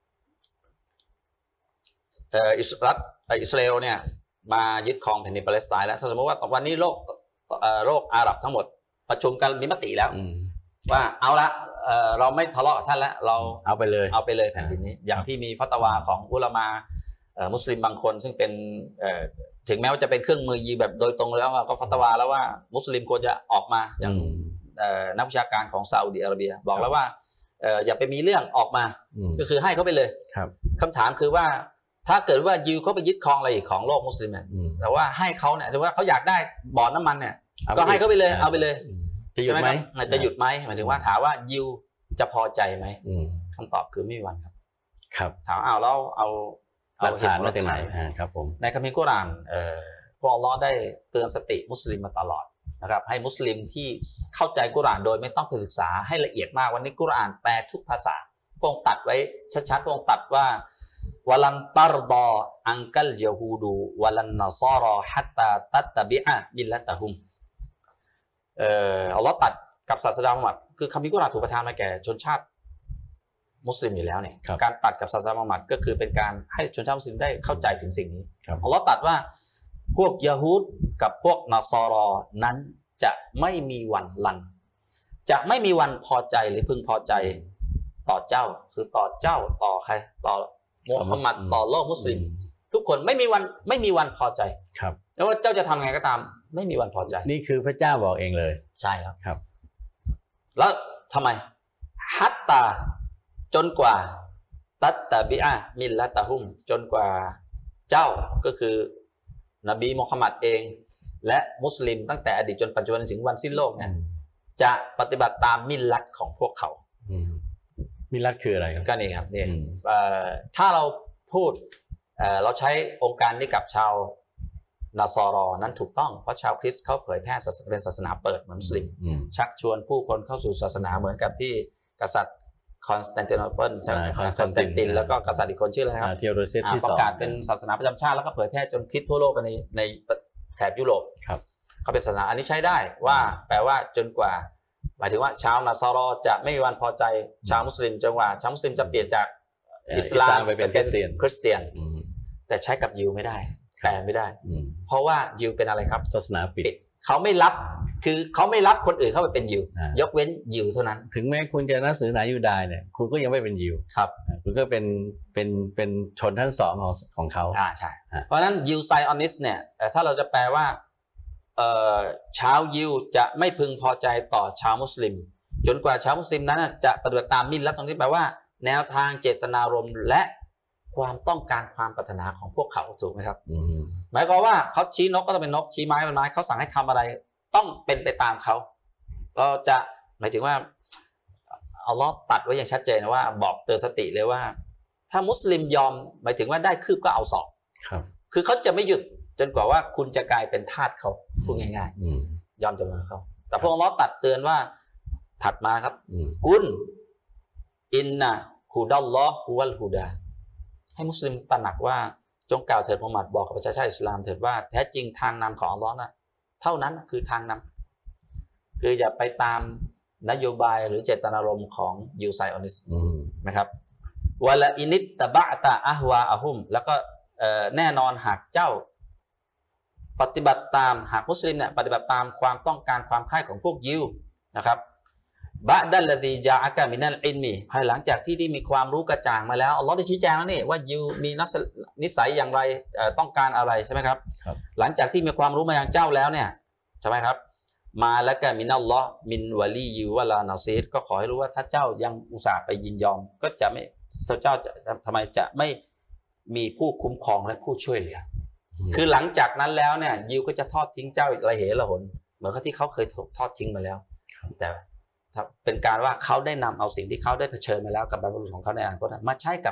เอ่ออิสรัฐอิสราเอลเนี่ยมายึดครองแผ่นดินปาเลสไตน์แล้วถ้าสมมติว่าวันนี้โลกเอ่อโลกอาหรับทั้งหมดประชุมกันมีมติแล้วว่าเอาละเอ่อเราไม่ทะเลาะกับท่านแล้วเราเอาไปเลยเอาไปเลยแผ่นดินนี้อย่างที่มีฟัตวาของอุลามะมุสลิมบางคนซึ่งเป็นถึงแม้ว่าจะเป็นเครื่องมือยิวแบบโดยตรงแล้วก็ฟัตวาแล้วว่ามุสลิมควรจะออกมาอย่างนักวิชาการของซาอุดิอาระเบียบอกแล้วว่าอย่าไปมีเรื่องออกมาก็คือให้เขาไปเลยคำถามคือว่าถ้าเกิดว่ายิวเขาไปยึดครองอะไรอีกของโลกมุสลิมเนี่ยแต่ว่าให้เขาเนี่ยแต่ว่าเขาอยากได้บ่อน้ำมันเนี่ยก็ให้เขาไปเลยเอาไปเลยจะหยุดไหมจะหยุดไหมหมายถึงว่าถามว่ายิวจะพอใจไหมคำตอบคือไม่มีวันครับครับถามเอาแล้วเอาหลักฐานมาจากไหนครับผมในคัมภีร์กุรอานพระอัลเลาะห์ได้เตือนสติมุสลิมมาตลอดนะครับให้มุสลิมที่เข้าใจกุรอานโดยไม่ต้องไปศึกษาให้ละเอียดมากวันนี้กุรอานแปลทุกภาษาพระองค์ตัดไว้ชัดๆพระองค์ตัดว่าวะลันตัรดออังกัลยะฮูดูวะลันนัศารอฮัตตาตัตตะบิอะมิลละตะฮุมเอ่ออัลเลาะห์ตัดกับศาสนามุฮัมมัดคือคัมภีร์กุรอานถูกประทานมาแก่ชนชาติมุสลิมอยู่แล้วเนี่ยการตัดกับศาสนามุฮัมมัดก็คือเป็นการให้ชนชาติมุสลิมได้เข้าใจถึงสิ่งนี้อัลเลาะห์ตัดว่าพวกยะฮูดกับพวกนัศารอนั้นจะไม่มีวันลันจะไม่มีวันพอใจหรือพึงพอใจต่อเจ้าคือต่อเจ้าต่อใครต่อมุฮัมมัดต่อโลกมุสลิมทุกคนไม่มีวันไม่มีวันพอใจครับแล้วว่าเจ้าจะทำไงก็ตามไม่มีวันพอใจนี่คือพระเจ้าบอกเองเลยใช่ครับครับแล้วทำไมฮัตตาจนกว่าตัตตะบิอะมิลละตะฮุมจนกว่าเจ้าก็คือนบีมุฮัมมัดเองและมุสลิมตั้งแต่อดีตจนปัจจุบันถึงวันสิ้นโลกเนี่ยจะปฏิบัติตามมิลลัตของพวกเขามิลลัตคืออะไรครับก็นี่ครับนี่ถ้าเราพูดเราใช้องค์การนี้กับชาวนาซอรอนั้นถูกต้องเพราะชาวคริสต์เขาเผยแพร่ศาสนาเป็นศาสนาเปิดเหมือนมุสลิมชักชวนผู้คนเข้าสู่ศาสนาเหมือนกับที่กษัตริย์คอนสแตนติโนเปิลใช่ไหมคอนสแตนตินแล้วก็กษัตริย์อีกคนชื่ออะไรนะครับเทีโอโดเซียสที่สองประกาศเป็นศาสนาประจำชาติแล้วก็เผยแพร่จนคริสต์ทั่วโลกในในแถบยุโรปครับเขาเป็นศาสนาอันนี้ใช้ได้ว่าแปลว่าจนกว่าหมายถึงว่าชาวนาซอรอจะไม่มีวันพอใจชาวมุสลิมจนกว่าชาวมุสลิมจะเปลี่ยนจากอิสลามไปเป็นคริสเตียนคริสเตียนแต่ใช้กับยิวไม่ได้แปลไม่ได้เพราะว่ายิวเป็นอะไรครับศาสนาปิดเขาไม่รับคือเขาไม่รับคนอื่นเข้าไปเป็นยิวยกเว้นยิวเท่านั้นถึงแม้คุณจะนับศาสนายูดายเนี่ยคุณก็ยังไม่เป็นยิวครับคุณก็เป็นเป็นเป็นชนชั้นสองของของเขาอ่าใช่เพราะฉะนั้นยิวไซออนิสเนี่ยถ้าเราจะแปลว่าเอ่อชาวยิวจะไม่พึงพอใจต่อชาวมุสลิมจนกว่าชาวมุสลิมนั้นจะปฏิบัติตามมิลลัตตรงนี้แปลว่าแนวทางเจตนารมณ์และความต้องการความปรารถนาของพวกเขาถูกไหมครับหมายความว่าเขาชี้นกก็ต้องเป็นนกชี้ไม้เป็นไม้เขาสั่งให้ทำอะไรต้องเป็นไปตามเขาเราจะหมายถึงว่าอัลเลาะห์ตัดไว้อย่างชัดเจนว่าบอกเตือนสติเลยว่าถ้ามุสลิมยอมหมายถึงว่าได้คืบก็เอาศอกครับคือเขาจะไม่หยุดจนกว่าว่าคุณจะกลายเป็นทาสเขาพูดง่ายๆยอมจำนนเขาแต่พวกอัลเลาะห์ตัดเตือนว่าถัดมาครับกุนอินนะฮูดัลลอฮุวัลฮูดาให้มุสลิมตระหนักว่าจงกล่าวเถิดมุฮัมมัดบอกกับประชาชาติอิสลามเถิดว่าแท้จริงทางนำของอัลเลาะห์น่ะเท่านั้นคือทางนำคืออย่าไปตามนโยบายหรือเจตนารมณ์ของยูไซออนิสนะครับวะละอินิตตะบะตะอะฮวาอะฮุมแล้วก็แน่นอนหากเจ้าปฏิบัติตามหากมุสลิมเนี่ยปฏิบัติตามความต้องการความใคร่ของพวกยิวนะครับบะดัลลซีจาอะกะมินัลอิลมีภายหลังจากที่ได้มีความรู้กระจ่างมาแล้วอัลเลาะห์ได้ชี้แจงแล้วนี่ว่ายิวมีนิสัยอย่างไรต้องการอะไรใช่ไหมครับหลังจากที่มีความรู้มาอย่างเจ้าแล้วเนี่ยใช่ไหมครับมาแล้วก็มินัลลอฮ์มินวะลียิววะลานาซีรก็ขอให้รู้ว่าถ้าเจ้ายังอุตส่าห์ไปยินยอมก็จะไม่เจ้าจะทำไมจะไม่มีผู้คุ้มครองและผู้ช่วยเหลือคือหลังจากนั้นแล้วเนี่ยยิวก็จะทอดทิ้งเจ้าละเหละหนเหมือนที่เขาเคยถูกทอดทิ้งมาแล้วแต่เป็นการว่าเขาได้นำเอาสิ่งที่เขาได้เผชิญมาแล้วกับบรรพบุรุษของเขาในอนาคตมาใช้กับ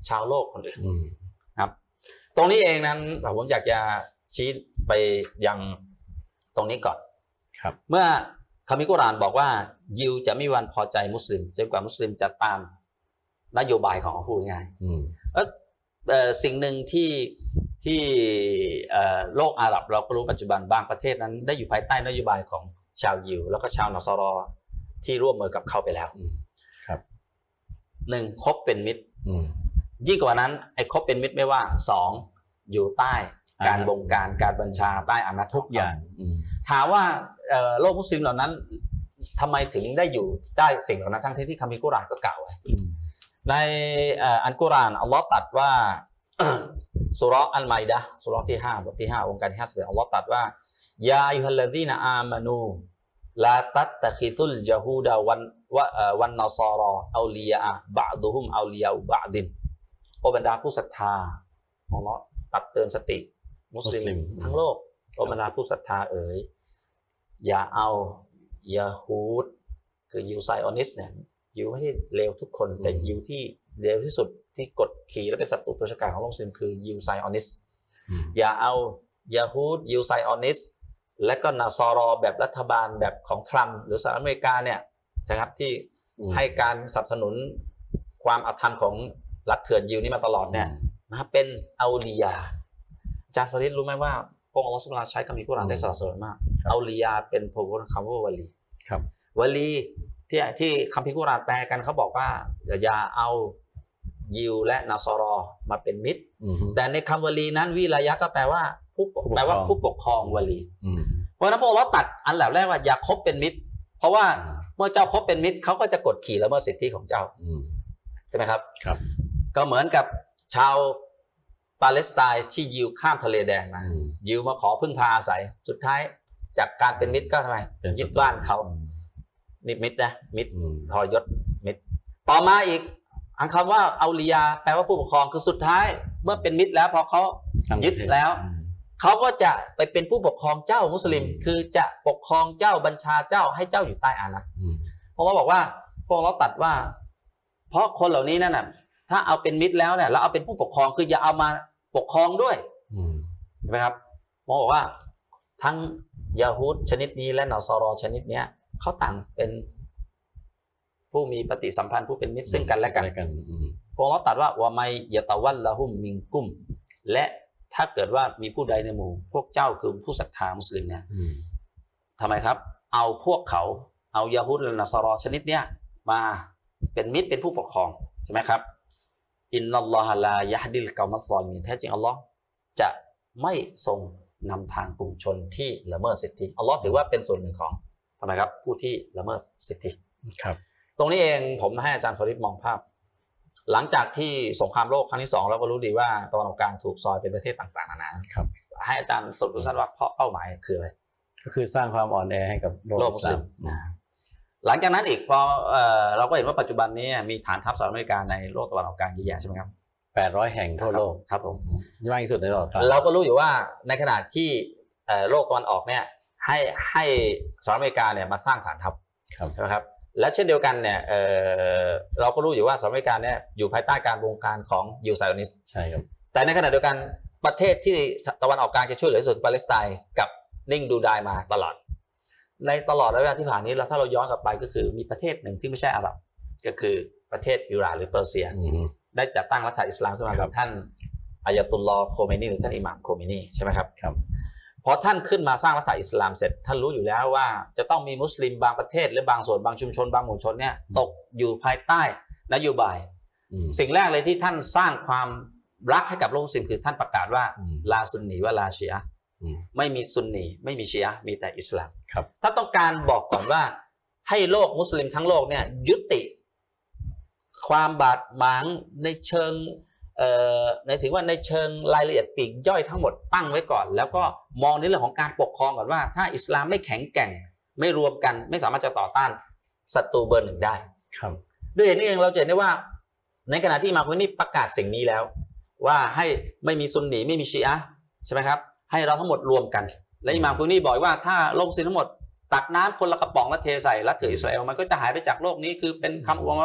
ชาวโลกคนอื่นครับตรงนี้เองนั้นผมอยากจะชี้ไปยังตรงนี้ก่อนครับเมื่อคัมภีร์กุรอานบอกว่ายิวจะไม่มีวันพอใจมุสลิมจนกว่ามุสลิมจะตามนโยบายของพูดง่ายแล้วสิ่งหนึ่งที่ที่โลกอาหรับเราก็รู้ปัจจุบันบางประเทศนั้นได้อยู่ภายใต้นโยบายของชาวยิวแล้วก็ชาวนอสรอที่ร่วมมือกับเขาไปแล้วครับหนึ่งคบเป็นมิตรยิ่งกว่านั้นไอ้คบเป็นมิตรไม่ว่าสองอยู่ใต้การบงการการบัญชาใต้อำนาจทุกอย่างถามว่าโลกมุสลิมเหล่านั้นทำไมถึงได้อยู่ได้สิ่งเหล่านั้นทั้งที่คัมภีร์กุรอานก็กล่าวไว้ในอัลกุรอานอัลลอฮ์ตรัสว่าซูเราะห์อัลมัยดะห์ซูเราะห์ที่ห้าบทที่ห้าองค์การที่ห้าสิบเอ็ดอัลลอฮ์ตรัสว่ายาอัยยุฮัลลซีนะอามานูลาตัตตะคิซุลญะฮูดะวันวะวันนอซอรอเอาลียะบะดุฮุมเอาลียะบะดินโอบรรดาผู้ศรัทธาอัลลอฮ์ตักเตือนสติมุสลิมทั้งโลกโอบรรดาผู้ศรัทธาเอ๋ยอย่าเอายะฮูดคือยิวไซออนิสเนี่ยยิวไม่ใช่เลวทุกคนแต่ยิวที่เลวที่สุดที่กดขี่และเป็นศัตรูตัวฉกาจของโลกมุสลิมคือยิวไซออนิสอย่าเอายะฮูดยิวไซออนิสและก็นาซอรอแบบรัฐบาลแบบของทรัมป์หรือสหรัฐอเมริกาเนี่ยนะครับที่ให้การสนับสนุนความอาธรรมของรัฐเถื่อนยิวนี้มาตลอดเนี่ยมาเป็นเอาลียาอาจารย์ฟาริดรู้ไหมว่าพระองค์อัลเลาะห์ซุบฮานะฮูวะตะอาลาใช้คำนี้กุรอานได้สละสลวยมากเอาลียาเป็นพวกคำว่าวะลีครับวะลีที่ที่คัมภีร์กุรอานแปลกันเขาบอกว่าอย่าเอายิวและนาซอรอมาเป็นมิตรแต่ในคำวะลีนั้นวิลายะก็แปลว่าผู้แปลว่าผู้ปกครองวะลีเพราะนั้นพระองค์เราตัดอันแรกว่าอย่าคบเป็นมิตรเพราะว่าเมื่อเจ้าคบเป็นมิตรเขาก็จะกดขี่ละเมิดสิทธิของเจ้าใช่ไหมครับครับก็เหมือนกับชาวปาเลสไตน์ที่ยิวข้ามทะเลแดงมายิวมาขอพึ่งพาอาศัยสุดท้ายจากการเป็นมิตรก็ทำไมยึดบ้านเขานี่มิตรนะมิตรทรยศมิตรต่อมาอีกอันคำว่าเอาลียาแปลว่าผู้ปกครองคือสุดท้ายเมื่อเป็นมิตรแล้วพอเขายึดแล้วเขาก็จะไปเป็นผู้ปกครองเจ้ามุสลิมคือจะปกครองเจ้าบัญชาเจ้าให้เจ้าอยู่ใต้อานัตเพราะว่าบอกว่าพวกเราตัดว่าเพราะคนเหล่านี้นั่นน่ะถ้าเอาเป็นมิตรแล้วเนี่ยแล้วเอาเป็นผู้ปกครองคืออย่าเอามาปกครองด้วยใช่ไหมครับมองบอกว่าทั้งยาฮูดชนิดนี้และนอซอรอชนิดเนี้ยเขาต่างเป็นผู้มีปฏิสัมพันธ์ผู้เป็นมิตรซึ่งกันและกันพวกเราตัดว่าวะไมยะตะวัลละฮุมมิงกุมและถ้าเกิดว่ามีผู้ใดในหมู่พวกเจ้าคือผู้ศรัทธามุสลิมเนี่ยทำไมครับเอาพวกเขาเอายาฮูดและนอซอรอชนิดเนี้ยมาเป็นมิตรเป็นผู้ปกครองใช่ไหมครับอินนัลลอฮะลายะฮดิลกอมัซซอลิมีนแท้จริงอัลลอฮ์จะไม่ทรงนำทางกลุ่มชนที่ละเมิดสิทธิอัลลอฮ์ถือว่าเป็นส่วนหนึ่งของทำไมครับผู้ที่ละเมิดสิทธิครับตรงนี้เองผมให้อาจารย์ฟาริดมองภาพหลังจากที่สงครามโลกครั้งที่สองเราก็รู้ดีว่าตะวันออกกลางถูกซอยเป็นประเทศต่างๆนานาครับให้อาจารย์สรุปสั้นว่าเพราะเป้าหมายคืออะไรก็คือสร้างความอ่อนแอให้กับโลกมุสลิมหลังจากนั้นอีกพอเราก็เห็นว่าปัจจุบันนี้มีฐานทัพสหรัฐอเมริกาในโลกตะวันออกกลางเยอะแยะใช่ไหมครับแปดร้อยแห่งทั่วโลกครับผมมากที่สุดในโลกเราก็รู้อยู่ว่าในขณะที่โลกตะวันออกเนี่ยให้ให้สหรัฐอเมริกาเนี่ยมาสร้างฐานทัพใช่ไหมครับและเช่นเดียวกันเนี่ยเเราก็รู้อยู่ว่าสหรัฐอเมริกาเนี่ยอยู่ภายใต้การบงการของยิวไซออนิสต์ใช่ครับแต่ในขณะเดียวกันประเทศที่ตะวันออกกลางจะช่วยเหลือสุดปาเลสไตน์กับนิ่งดูดายมาตลอดในตลอดระยะเวลาที่ผ่านนี้เราถ้าเราย้อนกลับไปก็คือมีประเทศหนึ่งที่ไม่ใช่อาหรับก็คือประเทศอิหร่านหรือเปอร์เซียได้จัดตั้งรัฐอิสลามขึ้นมากับท่านอายะตุลลอฮ์โคเมนีหรือท่านอิหม่ามโคเมนีใช่ไหมครับครับพอท่านขึ้นมาสร้างรัฐอิสลามเสร็จท่านรู้อยู่แล้วว่าจะต้องมีมุสลิมบางประเทศหรือบางส่วนบางชุมชนบางหมู่ชนเนี่ยตกอยู่ภายใต้นโยบายสิ่งแรกเลยที่ท่านสร้างความรักให้กับโลกมุสลิมคือท่านประกาศว่าลาซุนนีวะลาชีอะห์ไม่มีซุนนีไม่มีชีอะห์มีแต่อิสลามถ้าต้องการบอกก่อนว่าให้โลกมุสลิมทั้งโลกเนี่ยยุติความบาดหมางในเชิงในถึงว่าในเชิงรายละเอียดปลีกย่อยทั้งหมดตั้งไว้ก่อนแล้วก็มองในเรื่องของการปกครองก่อนว่าถ้าอิสลามไม่แข็งแกร่งไม่รวมกันไม่สามารถจะต่อต้านศัตรูเบอร์หนึ่งได้ครับด้วยเหตุนี้เองเราจะเห็นได้ว่าในขณะที่อิหม่ามโคเมนีประกาศสิ่งนี้แล้วว่าให้ไม่มีซุนนีไม่มีชีอะห์ใช่ไหมครับให้เราทั้งหมดรวมกันและอิหม่ามโคเมนีบอกว่าถ้าโลกมุสลิมทั้งหมดตักน้ำคนละกระป๋องแล้วเทใส่รัฐถืออิสราเอลมันก็จะหายไปจากโลกนี้คือเป็นคำอวยมาว่า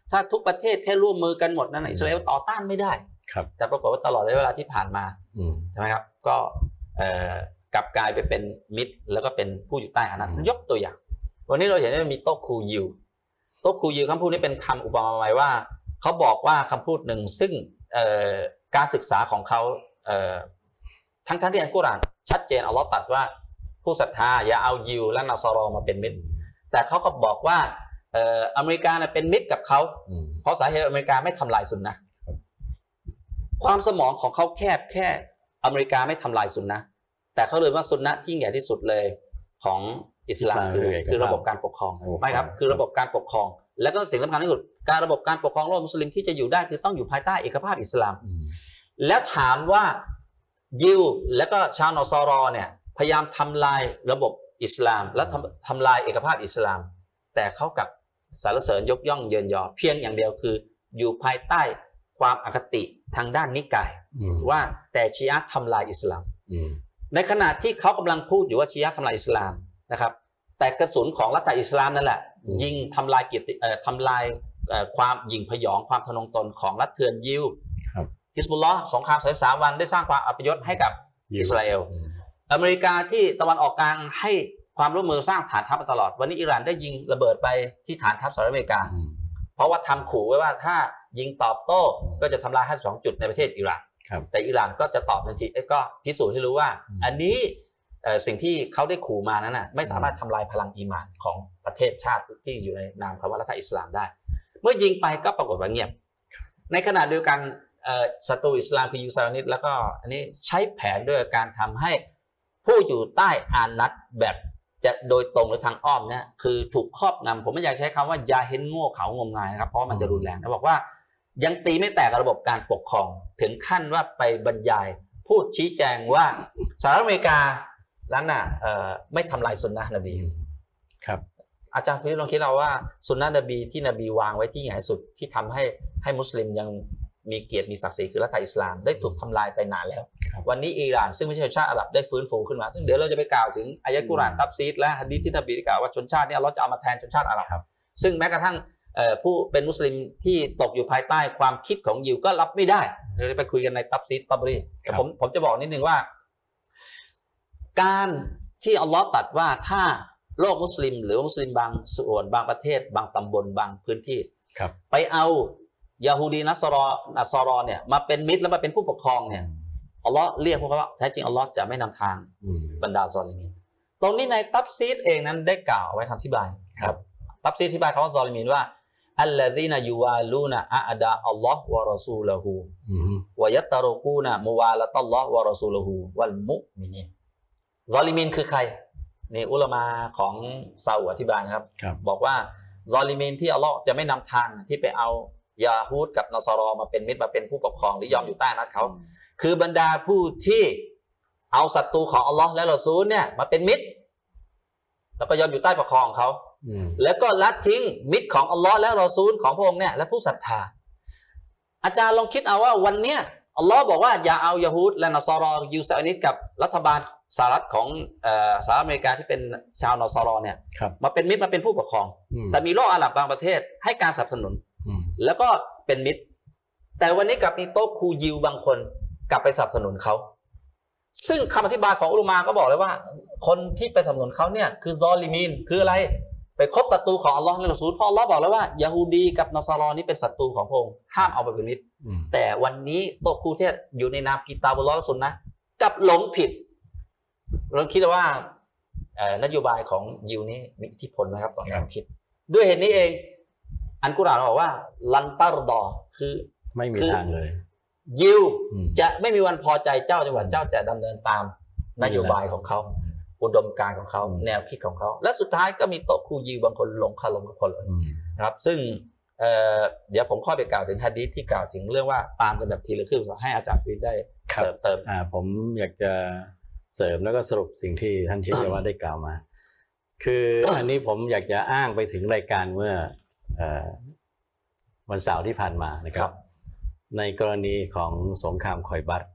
ถ้าทุกประเทศแค่ร่วมมือกันหมดนั้นอิสราเอลต่อต้านไม่ได้ครับแต่ปรากฏว่าตลอดระยะเวลาที่ผ่านมาใช่ไหมครับก็กลับกลายไปเป็นมิตรแล้วก็เป็นผู้อยู่ใต้อานัตยกตัวอย่างวันนี้เราเห็นว่ามีโต๊ะครูยิวโต๊ะครูยิวคำพูดนี้เป็นคำอุปมาหมายว่าเขาบอกว่าคำพูดหนึ่งซึ่งการศึกษาของเขาทั้งทั้งที่อัลกุรอานชัดเจนอัลลอฮ์ตรัสว่าผู้ศรัทธาอย่าเอายิวและนัสรอมาเป็นมิตรแต่เขาก็บอกว่าอเมริกาเป็นมิตรกับเขาเพราะสาเหตุอเมริกาไม่ทำลายซุนนะห์ความสมองของเขาแคบแค่อเมริกาไม่ทำลายซุนนะห์แต่เขาเลยว่าซุนนะห์ที่ใหญ่ที่สุดเลยของอิสลามคือคือระบบการปกครองไม่ครับคือระบบการปกครองและก็สิ่งสำคัญที่สุดการระบบการปกครองโลกมุสลิมที่จะอยู่ได้คือต้องอยู่ภายใต้เอกภาพอิสลามแล้วถามว่ายิวและก็ชาวนอสรอเนี่ยพยายามทำลายระบบอิสลามและทำทำลายเอกภาพอิสลามแต่เขากับสรรเสริญยกย่องเยินยอเพียงอย่างเดียวคืออยู่ภายใต้ความอคติทางด้านนิกายว่าแต่ชีอะห์ทำลายอิสลามในขณะที่เขากำลังพูดอยู่ว่าชีอะห์ทำลายอิสลามนะครับแต่กระสุนของรัฐอิสลามนั่นแหละยิงทำลายกิจทำลายความยิงพยองความทะนงตนของรัฐเถื่อนยิวฮิซบุลลอฮ์สงครามสามสิบสามวันได้สร้างความอัปยศให้กับอิสราเอลอเมริกาที่ตะวันออกกลางให้ความร่วมมือสร้างฐานทัพมาตลอดวันนี้อิหร่านได้ยิงระเบิดไปที่ฐานทัพสหรัฐอเมริกาเพราะว่าทำขู่ไว้ว่าถ้ายิงตอบโต้ก็จะทำลายห้าสิบสองจุดในประเทศอิหร่านแต่อิหร่านก็จะตอบทันทีก็พิสูจน์ให้รู้ว่าอันนี้สิ่งที่เขาได้ขู่มานั้นน่ะไม่สามารถทำลายพลังอีหม่านของประเทศชาติที่อยู่ในนามคำว่ารัฐอิสลามได้เมื่อยิงไปก็ปรากฏว่าเงียบในขณะเดียวกันศัตรูอิสลามคือยูซานิดแล้วก็อันนี้ใช้แผนด้วยการทำให้ผู้อยู่ใต้อานัตแบบจะโดยตรงหรือทางอ้อมเนี่ยคือถูกครอบงำผมไม่อยากใช้คำว่ายาเห็นโง่เขางมงายนะครับเพราะมันจะรุนแรงนะบอกว่ายังตีไม่แตกระบบการปกครองถึงขั้นว่าไปบรรยายพูดชี้แจงว่าสหรัฐอเมริกานั้นน่ะไม่ทำลายสุนนะนบีครับอาจารย์ฟิลิปลองคิดเอาว่าสุนนะนบีที่นบีวางไว้ที่ใหญ่สุดที่ทำให้ให้มุสลิมยังมีเกียรติมีศักดิ์ศรีคือรัฐอิสลามได้ถูกทำลายไปนานแล้ววันนี้อิหร่านซึ่งไม่ใช่ชนชาติอาหรับได้ฟื้นฟูขึ้นมาซึ่งเดี๋ยวเราจะไปกล่าวถึงอายะห์กุรอานตัฟซีรและหะดีษที่นบีได้กล่าวว่าชนชาตินี้เราจะเอามาแทนชนชาติอาหรับซึ่งแม้กระทั่งผู้เป็นมุสลิมที่ตกอยู่ภายใต้ความคิดของยิวก็รับไม่ได้เราจะไปคุยกันในตัฟซีรตับรีแต่ผมผมจะบอกนิดนึงว่าการที่อัลลอฮ์ตรัสว่าถ้าโลกมุสลิมหรือมุสลิมบางส่วนบางประเทศบางตำบลบางพื้นที่ไปเอายาฮูดีนัสรอนัสรอเนี่ยมาเป็นมิตรแล้วมาเป็นผู้ปกครองเนี่ยอัลลอฮ์เรียกพวกเขาว่าแท้จริงอัลลอฮ์จะไม่นำทางบรรดาซอลิมีนตรงนี้ในตัฟซีรเองนั้นได้กล่าวไว้คำอธิบายครับตัฟซีรอธิบายคำว่าซอลิมีนว่าอัลลซีนายูวาลูนะอะดาอัลลอฮ์วะรอซูลุฮูวะยัตตะรุกูนะมุวาละตัลลอฮ์วะรอซูลุฮูวัลมุมินีนซอลิมีนคือใครนี่อุลามะของซาอุอธิบายนะครับบอกว่าซอลิมีนที่อัลลอฮ์จะไม่นำทางที่ไปเอายาฮูดกับนอสรอมาเป็นมิตรมาเป็นผู้ปกครองหรือยอมอยู่ใต้อำนาจเขาคือบรรดาผู้ที่เอาศัตรูของอัลลอฮ์และรอซูลเนี่ยมาเป็นมิตรแล้วก็ยอมอยู่ใต้ปกครองเขาแล้วก็ละทิ้งมิตรของอัลลอฮ์และรอซูลของพระองค์เนี่ยและผู้ศรัทธาอาจารย์ลองคิดเอาว่าวันเนี้ยอัลลอฮ์บอกว่าอย่าเอายาฮูดและนอสรอยูซานิดกับรัฐบาลสหรัฐของสหรัฐอเมริกาที่เป็นชาวนอสรอเนี่ยมาเป็นมิตรมาเป็นผู้ปกครองแต่มีโลกอาหรับบางประเทศให้การสนับสนุนแล้วก็เป็นมิตรแต่วันนี้กลับมีโต๊ะครูยิวบางคนกลับไปสนับสนุนเขาซึ่งคำอธิบายของอุลามะก็บอกเลยว่าคนที่ไปสนับสนุนเขาเนี่ยคือซอลิมีนคืออะไรไปคบศัตรูของอัลลอฮ์และรอซูลเพราะอัลลอฮ์บอกแล้วว่ายาฮูดีกับนอสรอนี่เป็นศัตรูของพระองค์ห้ามเอาไปเป็นมิตรแต่วันนี้โต๊ะครูที่อยู่ในนามกิตาบุลลอฮ์และซุนนะห์กับหลงผิดเราคิดว่านโยบายของยิวนี้มีอิทธิพลนะครับตอนนี้คิดด้วยเหตุนี้เองอันกุรอานบอกว่าลันตัรดอคือไม่มีทางเลยยิวจะไม่มีวันพอใจเจ้าจนกว่าเจ้าจะดำเนินตามนโยบายของเขาอุดมการณ์ของเขาแนวคิดของเขาและสุดท้ายก็มีโต๊ะครูยิวบางคนหลงคาลงกับคนเลยนะครับซึ่งเเดี๋ยวผมค่อยไปกล่าวถึงหะดีษที่กล่าวถึงเรื่องว่าตามกันแบบทีละครึ่งให้อาจารย์ฟีดได้เสริมเติมอ่าผมอยากจะเสริมแล้วก็สรุปสิ่งที่ท่านเชฟว่าได้กล่าวมาคืออันนี้ผมอยากจะอ้างไปถึงรายการเมื่อวันเสาร์ที่ผ่านมานะครับในกรณีของสงครามคอยบัต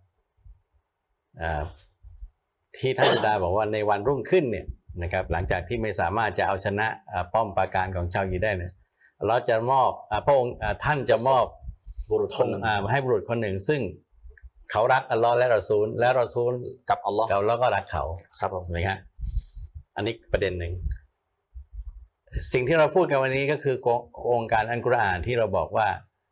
ที่ท่านดาบอกว่าในวันรุ่งขึ้นเนี่ยนะครับหลังจากที่ไม่สามารถจะเอาชนะป้อมปราการของชาวยิวได้เนี่ยเราจะมอบพระองค์ท่านจะมอบบุรุษคนหนึ่งให้บุรุษคนหนึ่งซึ่งเขารักอัลลอฮ์และรอซูลและรอซูลกับอัลลอฮ์แล้วก็รักเขาครับผมนะฮะอันนี้ประเด็นหนึ่งสิ่งที่เราพูดกันวันนี้ก็คือองค์การอัลกุรอานที่เราบอกว่า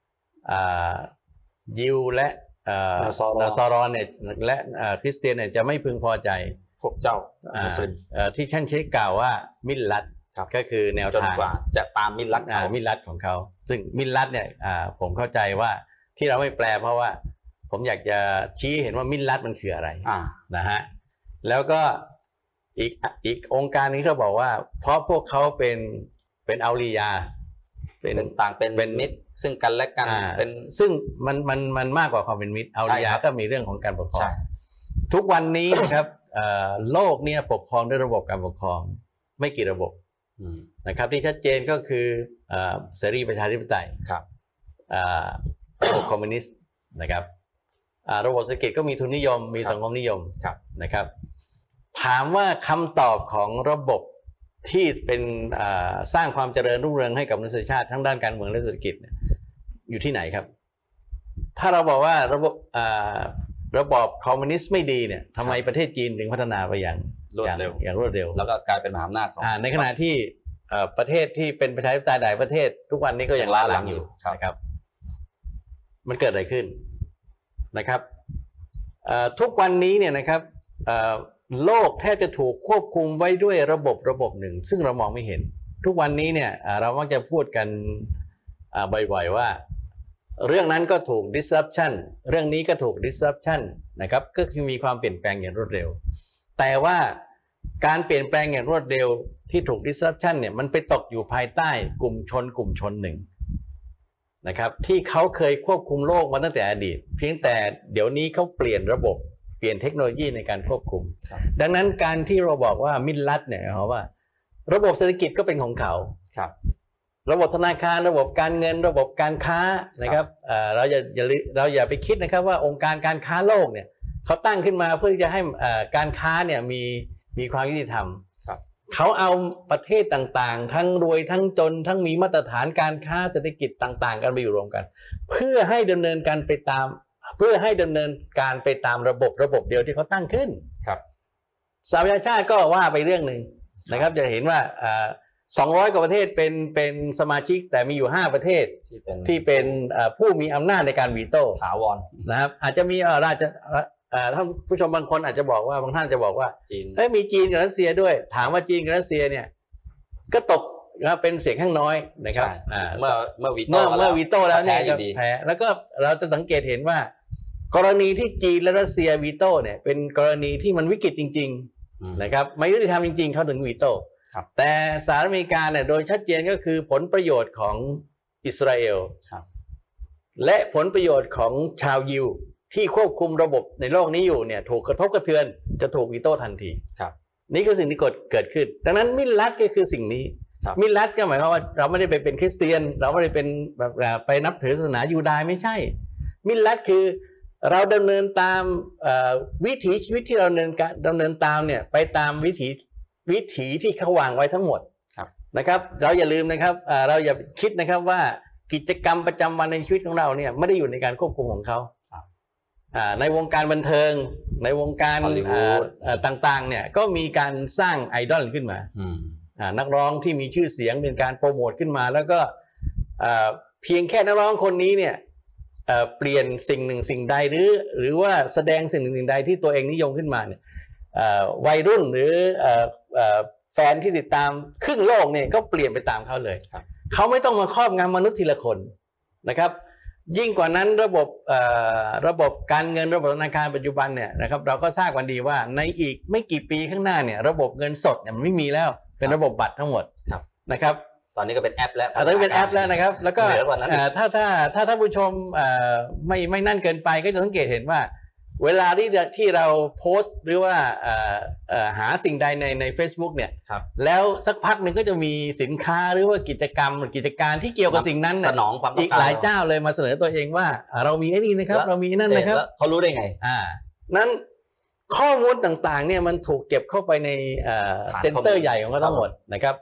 ยิวและนาซารอนเนี่ยและคริสเตียนเนี่ยจะไม่พึงพอใจพวกเจ้ามุสลิมที่ท่านใช้กล่าวว่ามิลลัตก็คือแนวทางจะตามมิลลัตมิลลัตของเขาซึ่งมิลลัตเนี่ยผมเข้าใจว่าที่เราไม่แปลเพราะว่าผมอยากจะชี้เห็นว่ามิลลัตมันคืออะไรนะฮะแล้วก็อีกอีกองค์การนี้เขาบอกว่าเพราะพวกเขาเป็นเป็นอัลลียาเป็นต่างเป็นเป็นมิตรซึ่งกันและกันเป็นซึ่งมันมันมันมากกว่าความเป็นมิตรอัลลียาก็มีเรื่องของการปกครองทุกวันนี้นะครับโลกเนี่ยปกครองด้วยระบบการปกครองไม่กี่ระบบนะครับที่ชัดเจนก็คือเสรีประชาธิปไตยครับระบบคอมมิวนิสต์นะครับระบบเศรษฐกิจก็มีทุนนิยมมีสังคมนิยมนะครับถามว่าคำตอบของระบบที่เป็นสร้างความเจริญรุ่งเรืองให้กับมนุษยชาติทั้งด้านการเมืองและเศรษฐกิจอยู่ที่ไหนครับถ้าเราบอกว่าระบบระบอบคอมมิวนิสต์ไม่ดีเนี่ยทำไมประเทศจีนถึงพัฒนาไปอย่างรวดเร็วอย่างรวดเร็วแล้วก็กลายเป็นมหาอำนาจของในขณะที่ประเทศที่เป็นประชาธิปไตยหลายประเทศทุกวันนี้ก็ยังล้าหลังอยู่นะครับมันเกิดอะไรขึ้นนะครับทุกวันนี้เนี่ยนะครับโลกแทบจะถูกควบคุมไว้ด้วยระบบระบบหนึ่งซึ่งเรามองไม่เห็นทุกวันนี้เนี่ยเรามักจะพูดกันบ่อยๆว่าเรื่องนั้นก็ถูก disruption เรื่องนี้ก็ถูก disruption นะครับก็คือมีความเปลี่ยนแปลงอย่างรวดเร็วแต่ว่าการเปลี่ยนแปลงอย่างรวดเร็วที่ถูก disruption เนี่ยมันไปตกอยู่ภายใต้กลุ่มชนกลุ่มชนหนึ่งนะครับที่เขาเคยควบคุมโลกมาตั้งแต่อดีตเพียงแต่เดี๋ยวนี้เขาเปลี่ยนระบบเปลี่ยนเทคโนโลยีในการควบคุมดังนั้นการที่เราบอกว่ามิลลัตเนี่ยเพราะว่าระบบเศรษฐกิจก็เป็นของเขาครับระบบธนาคารระบบการเงินระบบการค้านะครับเราอย่าเราอย่าไปคิดนะครับว่าองค์การการค้าโลกเนี่ยเขาตั้งขึ้นมาเพื่อจะให้การค้าเนี่ยมีมีความยุติธรรมเขาเอาประเทศต่างๆทั้งรวยทั้งจนทั้งมีมาตรฐานการค้าเศรษฐกิจต่างๆกันไปอยู่รวมกันเพื่อให้ดำเนินการไปตามเพื่อให้ดำเนินการไปตามระบบระบบเดียวที่เขาตั้งขึ้นครับสหประชาชาติก็ว่าไปเรื่องหนึ่งนะครับจะเห็นว่าสองร้อยกว่าประเทศเป็นเป็นสมาชิกแต่มีอยู่ห้าประเทศที่เป็นที่เป็นผู้มีอำนาจในการวีโต้ถาวรนะครับอาจจะมีราชท่านผู้ชมบางคนอาจจะบอกว่าบางท่านจะบอกว่าจีนเอ้ยมีจีนกับรัสเซียด้วยถามว่าจีนกับรัสเซียเนี่ยก็ตกนะเป็นเสียงข้างน้อยนะครับเมื่อเมื่อวีโต้เมื่อวีโต้แล้วเนี่ยแพ้แล้วก็เราจะสังเกตเห็นว่ากรณีที่จีนและรัสเซียวีโต้เนี่ยเป็นกรณีที่มันวิกฤตจริงๆนะครับไม่ยุติธรรมจริงๆเขาถึงวีโต้แต่สหรัฐอเมริกาเนี่ยโดยชัดเจนก็คือผลประโยชน์ของอิสราเอลและผลประโยชน์ของชาวยิวที่ควบคุมระบบในโลกนี้อยู่เนี่ยถูกกระทบกระเทือนจะถูกวีโต้ทันทีครับนี่คือสิ่งที่เกิดขึ้นดังนั้นมิลลัตก็คือสิ่งนี้มิลลัตก็หมายความว่าเราไม่ได้ไปเป็นคริสเตียนเราไม่ได้เป็นแบบไปนับถือศาสนายูดายไม่ใช่มิลลัตคือเราดำเนินตามวิถีชีวิตที่เราดำเนินการดำเนินตามเนี่ยไปตามวิถีวิถีที่เขาวางไว้ทั้งหมดนะครับเราอย่าลืมนะครับเราอย่าคิดนะครับว่ากิจกรรมประจำวันในชีวิตของเราเนี่ยไม่ได้อยู่ในการควบคุมของเขาในวงการบันเทิงในวงการต่างๆเนี่ยก็มีการสร้างไอดอลขึ้นมานักร้องที่มีชื่อเสียงเป็นการโปรโมทขึ้นมาแล้วก็เพียงแค่นักร้องคนนี้เนี่ยเปลี่ยนสิ่งหนึ่งสิ่งใดหรือหรือว่าแสดงสิ่งหนึ่งสิ่งใดที่ตัวเองนิยมขึ้นมาเนี่ยวัยรุ่นหรือแฟนที่ติดตามครึ่งโลกเนี่ยก็เปลี่ยนไปตามเขาเลยเขาไม่ต้องมาครอบงำมนุษย์ทีละคนนะครับยิ่งกว่านั้นระบบระบบการเงินระบบธนาคารปัจจุบันเนี่ยนะครับเราก็ทราบกันดีว่าในอีกไม่กี่ปีข้างหน้าเนี่ยระบบเงินสดเนี่ยมันไม่มีแล้วเป็นระบบบัตรทั้งหมดนะครับตอนนี้ก็เป็นแอปแล้วตอนนี้เป็นแอปแล้วนะครับแล้วก็ถ้าถ้าถ้าท่านผู้ชมไม่ไม่นั่นเกินไปก็จะสังเกตเห็นว่าเวลาที่ที่เราโพสต์หรือว่าหาสิ่งใดในใน Facebook เนี่ยแล้วสักพักหนึ่งก็จะมีสินค้าหรือว่ากิจกรรมกิจการที่เกี่ยวกับสิ่งนั้นสนองความต้องการอีกหลายเจ้าเลยมาเสนอตัวเองว่าเรามีไอ้นี่นะครับเรามีนั่นนะครับเขารู้ได้ไงอ่านั้นข้อมูลต่างๆเนี่ยมันถูกเก็บเข้าไปในเซ็นเตอร์ใหญ่ของเขาทั้งหมดนะครับ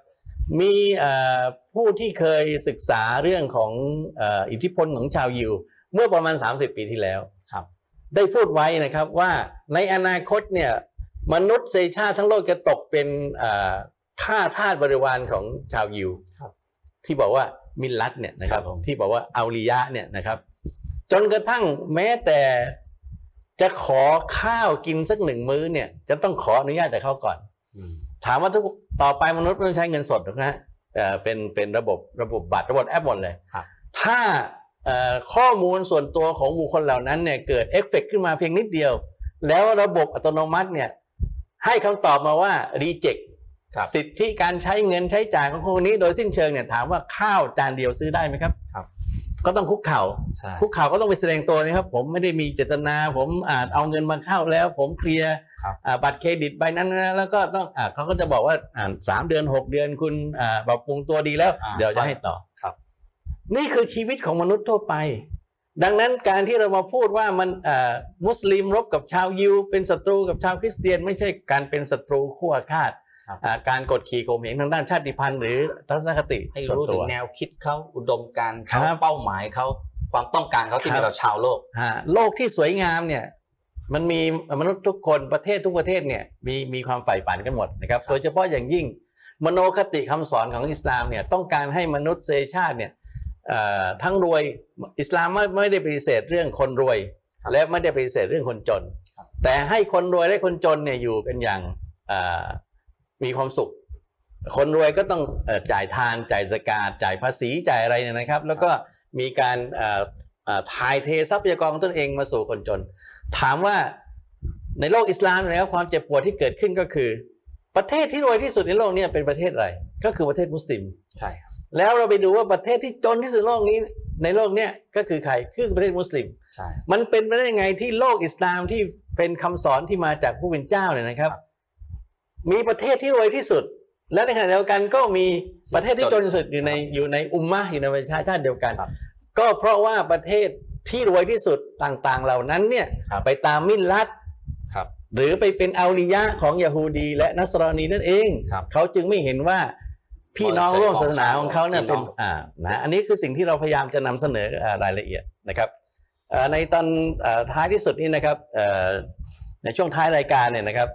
มีผู้ที่เคยศึกษาเรื่องของอิทธิพลของชาวยิวเมื่อประมาณสามสิบปีที่แล้วครับได้พูดไว้นะครับว่าในอนาคตเนี่ยมนุษยชาติทั้งโลกจะตกเป็นข้าทาสบริวารของชาวยิวที่บอกว่ามิลลัตเนี่ยนะครับที่บอกว่าอัลลียะเนี่ยนะครับจนกระทั่งแม้แต่จะขอข้าวกินสักหนึ่งมื้อเนี่ยจะต้องขออนุญาตจากเขาก่อนถามว่าทุกต่อไปมนุษย์ไม่ต้องใช้เงินสดหรอกนะเอ่อเป็นเป็นระบบระบบบัตรระบบแอปหมดเลยถ้าเอ่อข้อมูลส่วนตัวของบุคคลเหล่านั้นเนี่ยเกิดเอฟเฟกต์ขึ้นมาเพียงนิดเดียวแล้วระบบอัตโนมัติเนี่ยให้คำตอบมาว่ารีเจ็คสิทธิการใช้เงินใช้จ่ายของคนนี้โดยสิ้นเชิงเนี่ยถามว่าข้าวจานเดียวซื้อได้ไหมครับก็ต้องคุกเข่าคุกเข่าก็ต้องไปแสดงตัวนะครับผมไม่ได้มีเจตนาผมอาจเอาเงินมาเข้าแล้วผมเคลียร์บัตรเครดิตใบนั้นแล้วก็ต้องเขาก็จะบอกว่าสามเดือนหกเดือนคุณปรับปรุงตัวดีแล้วเดี๋ยวจะให้ต่อครับนี่คือชีวิตของมนุษย์ทั่วไปดังนั้นการที่เรามาพูดว่ามันมุสลิมรบกับชาวยิวเป็นศัตรูกับชาวคริสเตียนไม่ใช่การเป็นศัตรูขั้วฆาตการกดขี่ข่มเหงทางด้านชาติพันธุ์หรือทัศนคติให้รู้ถึงแนวคิดเขาอุดมการณ์เขาเป้าหมายเขาความต้องการเขาที่มีต่อชาวโลกโลกที่สวยงามเนี่ยมันมีมนุษย์ทุกคนประเทศทุกประเทศเนี่ยมีมีความใฝ่ฝันกันหมดนะครับโดยเฉพาะอย่างยิ่งมโนคติคำสอนของอิสลามเนี่ยต้องการให้มนุษยชาติเนี่ยทั้งรวยอิสลามไม่ไม่ได้ปฏิเสธเรื่องคนรวยและไม่ได้ปฏิเสธเรื่องคนจนแต่ให้คนรวยและคนจนเนี่ยอยู่กันอย่างมีความสุขคนรวยก็ต้องจ่ายทานจ่ายสกาดจ่ายภาษีจ่ายอะไรเนี่ยนะครับแล้วก็มีการถ่ายเททรัพยากรของตนเองมาสู่คนจนถามว่าในโลกอิสลามนะครับความเจ็บปวดที่เกิดขึ้นก็คือประเทศที่รวยที่สุดในโลกนี้เป็นประเทศอะไรก็คือประเทศมุสลิมใช่ครับแล้วเราไปดูว่าประเทศที่จนที่สุดโลกนี้ในโลกนี้ก็คือใครคือประเทศมุสลิมใช่มันเป็นไปได้ยังไงที่โลกอิสลามที่เป็นคำสอนที่มาจากผู้เป็นเจ้าเนี่ยนะครับมีประเทศที่รวยที่สุดและในขณะเดียวกันก็มีประเทศที่จนที่สุดอยู่ในอยู่ในอุมมะห์อยู่ในประชาชาติเดียวกันก็เพราะว่าประเทศที่รวยที่สุดต่างๆเหล่านั้นเนี่ยไปตามมิลลัตหรือไปเป็นอัลลียะของยะฮูดีและนัสรอนีนั่นเองเขาจึงไม่เห็นว่าพี่น้องร่วมศาสนาของเขาเนี่ยเป็นอ่านะอันนี้คือสิ่งที่เราพยายามจะนำเสนอรายละเอียดนะครับในตอนท้ายที่สุดนี้นะครับในช่วงท้ายรายการเนี่ยนะครับ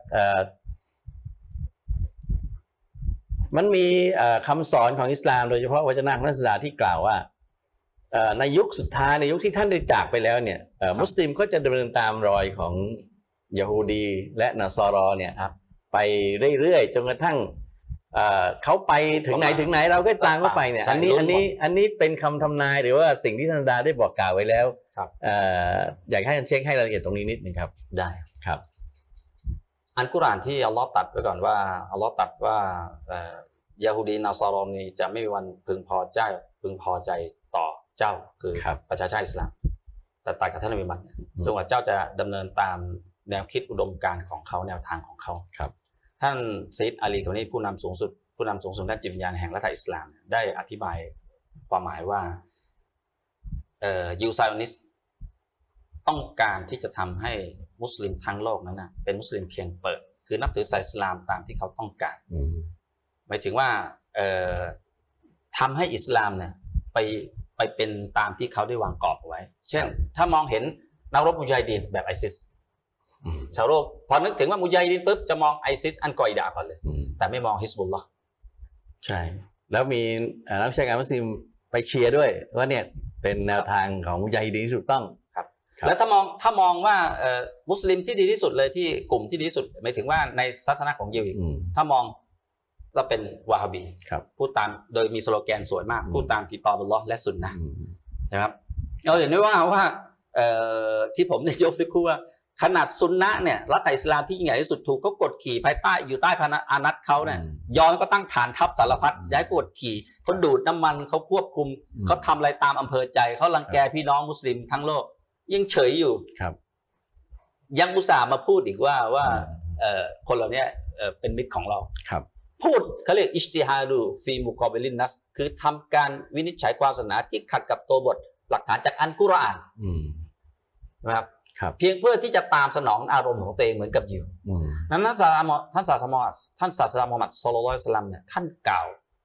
มันมีคำสอนของอิสลามโดยเฉพาะวจนะของนักศึกษาที่กล่าวว่าในยุคสุดท้ายในยุคที่ท่านได้จากไปแล้วเนี่ยมุสลิมก็จะดำเนินตามรอยของยะฮูดีและนัสรอเนี่ยไปเรื่อยๆจนกระทั่งเขาไปถึงไหนถึงไหนเราก็ตามเขาไปเนี่ยอันนี้อันนี้อันนี้เป็นคำทำนายหรือว่าสิ่งที่ท่านดาได้บอกกล่าวไว้แล้วอยากให้ท่านเช็คให้รายละเอียดตรงนี้นิดนึงครับได้ครับอันกุรอานที่อัลลอฮ์ตัดไว้ก่อนว่าอัลลอฮ์ตัดว่ายะฮูดีนัสรอนีจะไม่มีวันพึงพอใจพึงพอใจต่อเจ้าคือประชาชาติอิสลามแต่ตัดกับท่านนบีมุฮัมมัดจนกว่าเจ้าจะดำเนินตามแนวคิดอุดมการณ์ของเขาแนวทางของเขาครับท่านซีดอาลีตัวนี้ผู้นำสูงสุดผู้นำสูงสุดด้านจิตวิญญาณแห่งรัฐอิสลามได้อธิบายความหมายว่ายิวไซออนิสต้องการที่จะทำให้มุสลิมทั้งโลกนั้นนะเป็นมุสลิมเพียงเปิดคือนับถือศาสนาอิสลามตามที่เขาต้องการหมายถึงว่าทำให้อิสลามเนี่ยไปไปเป็นตามที่เขาได้วางกรอบเอาไว้เช่นถ้ามองเห็นนักรบมุญาฮิดีนแบบไอซิสชาวโลกพอนึกถึงว่ามุญาฮิดีนปุ๊บจะมองไอซิสอันกออิดะห์ก่อนเลยแต่ไม่มองฮิซบุลลอฮ์ใช่แล้วมีนักวิชาการมุสลิมไปเชียร์ด้วยว่าเนี่ยเป็นแนวทางของมุญาฮิดีนที่ถูกต้องครับแล้วถ้ามองถ้ามองว่ามุสลิมที่ดีที่สุดเลยที่กลุ่มที่ดีที่สุดหมายถึงว่าในศาสนาของยิวอีกถ้ามองเราเป็นวะฮาบีพูดตามโดยมีสโลแกนสวยมากพูดตามกิตาบุลลอฮ์และสุนนะนะครับเราเห็นได้ว่าว่าที่ผมได้ยกสักครู่ว่าขนาดซุนนะเนี่ยรัฐอิสลามที่ยิ่งใหญ่ที่สุดถูกก็กดขี่ภายใต้อยู่ใต้พนักอานัตเขาเนี่ยย้อนก็ตั้งฐานทัพสารพัดย้ายกดขี่เขาดูดน้ำมันเขาควบคุมเขาทำอะไรตามอำเภอใจเขารังแกพี่น้องมุสลิมทั้งโลกยังเฉยอยู่ครับยังอุตส่าห์มาพูดอีกว่าว่าคนเหล่านี้เป็นมิตรของเราครับพูดเขาเรียกอิจติฮาดูฟีมุกอบิลินนัสคือทำการวินิจฉัยความศาสนาที่ขัดกับตัวบทหลักฐานจากอัลกุรอานนะครับเพียงเพื่อที่จะตามสนองอารมณ์ของตัวเองเหมือนกับยิวนั้นท่านศาสนาท่านศาสนาท่านศาสนามุฮัมมัดศ็อลลัลลอฮุอะลัยฮิวะซัลลัมเนี่ยท่านกล่าว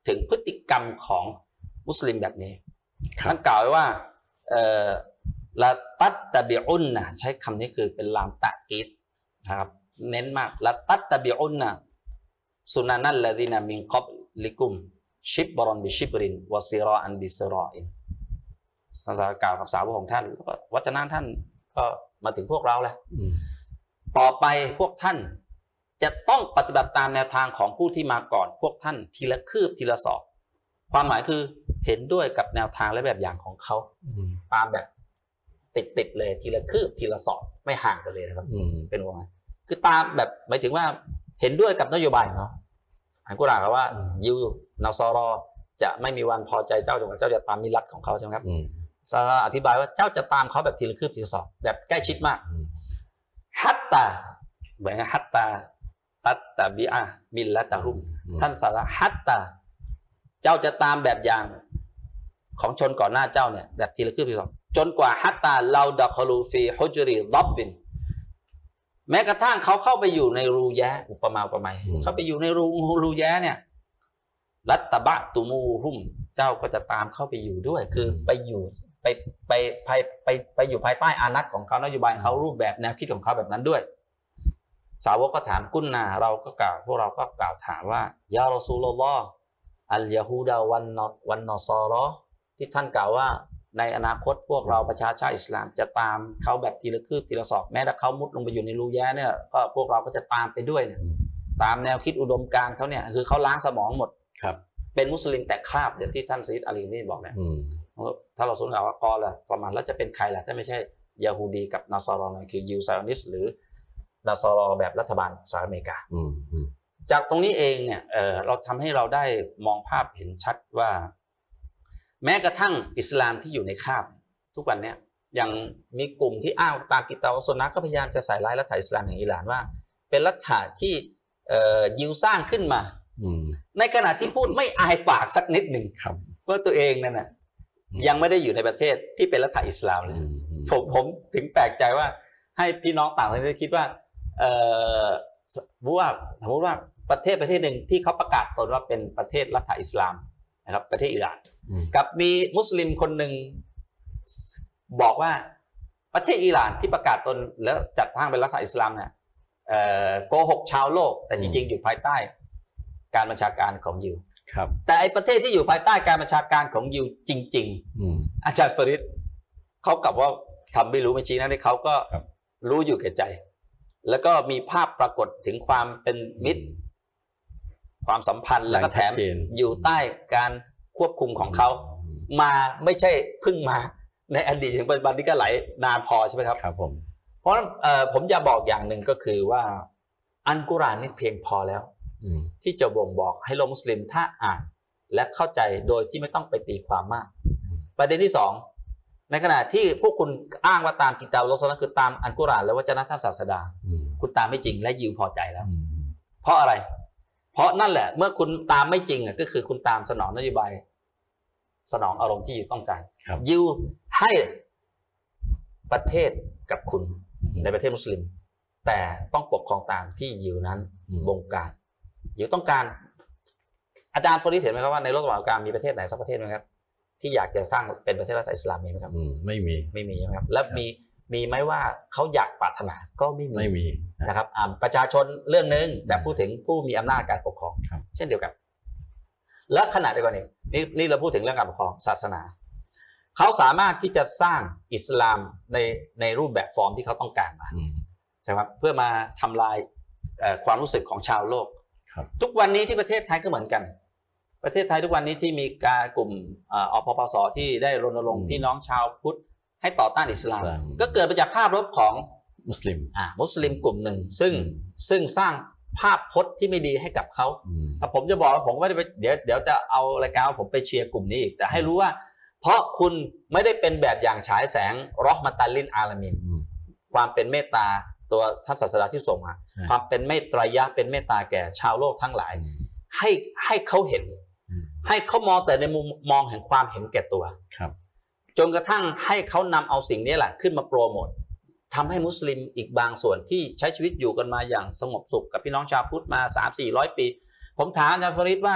ถึงพฤติกรรมของมุสลิมแบบนี้ท่านกล่าวไว้ว่าละตัตตะบิอุนนะใช้คำนี้คือเป็นลามตะกีดนะครับเน้นมากละตัตตะบิอุนนะสุนันัลลซีนามินกับลิกุมชิบบรอนบิชิบรินวซิรออันบิซิรออินภาษากล่าวกับสาวกของท่านวจนะท่านก็มาถึงพวกเราแล้วต่อไปพวกท่านจะต้องปฏิบัติตามแนวทางของผู้ที่มาก่อนพวกท่านทีละคืบทีละศอกความหมายคือเห็นด้วยกับแนวทางและแบบอย่างของเขาตามแบบติดๆเลยทีละคืบทีละศอกไม่ห่างกันเลยนะครับเป็นว่าไงคือตามแบบหมายถึงว่าเห็นด้วยกับนโยบายของเขาอันกุรอานเขาว่ายิวนอซอรอจะไม่มีวันพอใจเจ้าจนกว่าเจ้าจะตามมิลัดของเขาใช่ไหมครับซาลาอธิบายว่าเจ้าจะตามเขาแบบทีละคืบทีละศอกแบบใกล้ชิดมากฮัตตาเหมือนฮัตตาตัตตะบิอะมิลละตะฮุมท่านสาระฮัตตาเจ้าจะตามแบบอย่างของชนก่อนหน้าเจ้าเนี่ยแบบทีละคืบทีละศอกจนกว่าฮัตตาเราดะคอลูฟีฮุจรีดับบินแม้กระทั่งเขาเข้าไปอยู่ในรูแย้อุปมาอุปไมยเขาไปอยู่ในรูรูแย้เนี่ยรัตตะบะตุมูหุมเจ้าก็จะตามเข้าไปอยู่ด้วยคือไปอยู่ไปไปไปไปไปอยู่ภายใต้อานัตของเขานโยบายเขารูปแบบแนวคิดของเขาแบบนั้นด้วยสาวกก็ถามกุนนาเราก็กล่าวพวกเราก็กล่าวถามว่ายารอซูลุลลอฮ์อัลยะฮูดาวันนอวันนอซอรอที่ท่านกล่าวว่าในอนาคตพวกเราประชาชาติอิสลามจะตามเขาแบบทีละคืบทีละศอกแม้แต่เขามุดลงไปอยู่ในรูแย้เนี่ยก็พวกเราก็จะตามไปด้วยเนี่ยตามแนวคิดอุดมการณ์เขาเนี่ยคือเขาล้างสมองหมดครับเป็นมุสลิมแต่คราบอย่างที่ท่านซีดอาลีนี่บอกเนี่ยถ้าเราสนใจว่ากอละประมาณแล้วจะเป็นใครล่ะถ้าไม่ใช่ยะฮูดีกับนาซอรอนั่นคือยิวไซออนิสหรือนาซอรอแบบรัฐบาลสหรัฐอเมริกาจากตรงนี้เองเนี่ย เ, เราทำให้เราได้มองภาพเห็นชัดว่าแม้กระทั่งอิสลามที่อยู่ในคาบทุกวันนี้ยังมีกลุ่มที่อ้างตามกิตาบซุนนะห์ก็พยายามจะใส่ร้ายรัฐอิสลามแห่งอิหร่านว่าเป็นรัฐที่ยิวสร้างขึ้นมาในขณะที่พูดไม่อายปากสักนิดหนึ่งว่าตัวเองนั่นนะยังไม่ได้อยู่ในประเทศที่เป็นรัฐอิสลามเลยผมผมถึงแปลกใจว่าให้พี่น้องต่างประเทศคิดว่าเอ่อสมมติว่าสมมติว่าประเทศประเทศหนึ่งที่เขาประกาศตนว่าเป็นประเทศรัฐอิสลามนะครับประเทศอิหร่านกับมีมุสลิมคนหนึ่งบอกว่าประเทศอิหร่านที่ประกาศตนแล้วจัดตั้งเป็นรัฐอิสลามเนี่ยโกหกชาวโลกแต่จริงๆอยู่ภายใต้การบัญชาการของยิวแต่ไอประเทศที่อยู่ภายใต้การบัญชาการของยิวจริงๆอาจารย์ฟริดเขากลับว่าทำไม่รู้ไม่ชี้นะที่เขาก็รู้อยู่แก่ใจแล้วก็มีภาพปรากฏถึงความเป็นมิตรความสัมพันธ์แล้วก็แถมอยู่ใต้การควบคุมของเขามาไม่ใช่เพิ่งมาในอดีตถึงปัจจุบันนี้ก็หลายนานพอใช่ไหมครับครับผมเพราะผมจะบอกอย่างหนึ่งก็คือว่าอัลกุรอานนี่เพียงพอแล้วที่จะบ่งบอกให้โลกมุสลิมถ้าอ่านและเข้าใจโดยที่ไม่ต้องไปตีความมากประเด็นที่สองในขณะที่พวกคุณอ้างว่าตามกิตาบอัลลอฮ์นั่นคือตามอัลกุรอานและวจนะทางศาสดาคุณตามไม่จริงและยิวพอใจแล้วเพราะอะไรเพราะนั่นแหละเมื่อคุณตามไม่จริงก็คือคุณตามสนองนโยบายสนองอารมณ์ที่ยิวต้องการยิวให้ประเทศกับคุณในประเทศมุสลิมแต่ต้องปกครองตามที่ยิวนั้นบงการยิวต้องการอาจารย์ฟอริสเห็นไหมครับว่าในโลกตะวันออกกลางมีประเทศไหนสักประเทศไหมครับที่อยากจะสร้างเป็นประเทศรัฐอิสลามมีไหมครับไม่มีไม่มีใช่ไหมครับแล้วมีมีไหมว่าเขาอยากปรารถนาก็ไม่มีไม่มีนะครับประชาชนเรื่องนึงแต่พูดถึงผู้มีอำนาจการปกครองเช่นเดียวกันและขณะเดียวกันนี่นี่เราพูดถึงเรื่องการปกครองศาสนาเขาสามารถที่จะสร้างอิสลามในในรูปแบบฟอร์มที่เขาต้องการมาใช่ไหมเพื่อมาทำลายความรู้สึกของชาวโลกทุกวันนี้ที่ประเทศไทยก็เหมือนกันประเทศไทยทุกวันนี้ที่มีการกลุ่มอพปสที่ได้รณรงค์พี่น้องชาวพุทธให้ต่อต้านอิสลามก็เกิดมาจากภาพลบของมุสลิมอ่ามุสลิมกลุ่มหนึ่งซึ่งซึ่งสร้างภาพพจน์ที่ไม่ดีให้กับเขาแต่ผมจะบอกว่าผมไม่ได้ไปเดี๋ยวเดี๋ยวจะเอารายการผมไปเชียร์กลุ่มนี้อีกแต่ให้รู้ว่าเพราะคุณไม่ได้เป็นแบบอย่างฉายแสงรอห์มะตัลลิลอาลามีนความเป็นเมตตาตัวท่านศาสดาที่ส่งมาความเป็นเมตตายะเป็นเมตตาแก่ชาวโลกทั้งหลายให้ให้เขาเห็นให้เขามองแต่ในมุมมองแห่งความเห็นแก่ตัวครับจนกระทั่งให้เขานำเอาสิ่งนี้แหละขึ้นมาโปรโมททำให้มุสลิมอีกบางส่วนที่ใช้ชีวิตอยู่กันมาอย่างสงบสุขกับพี่น้องชาวพุทธมา สามถึงสี่ร้อย ปีผมถามอาจารย์ฟริดว่า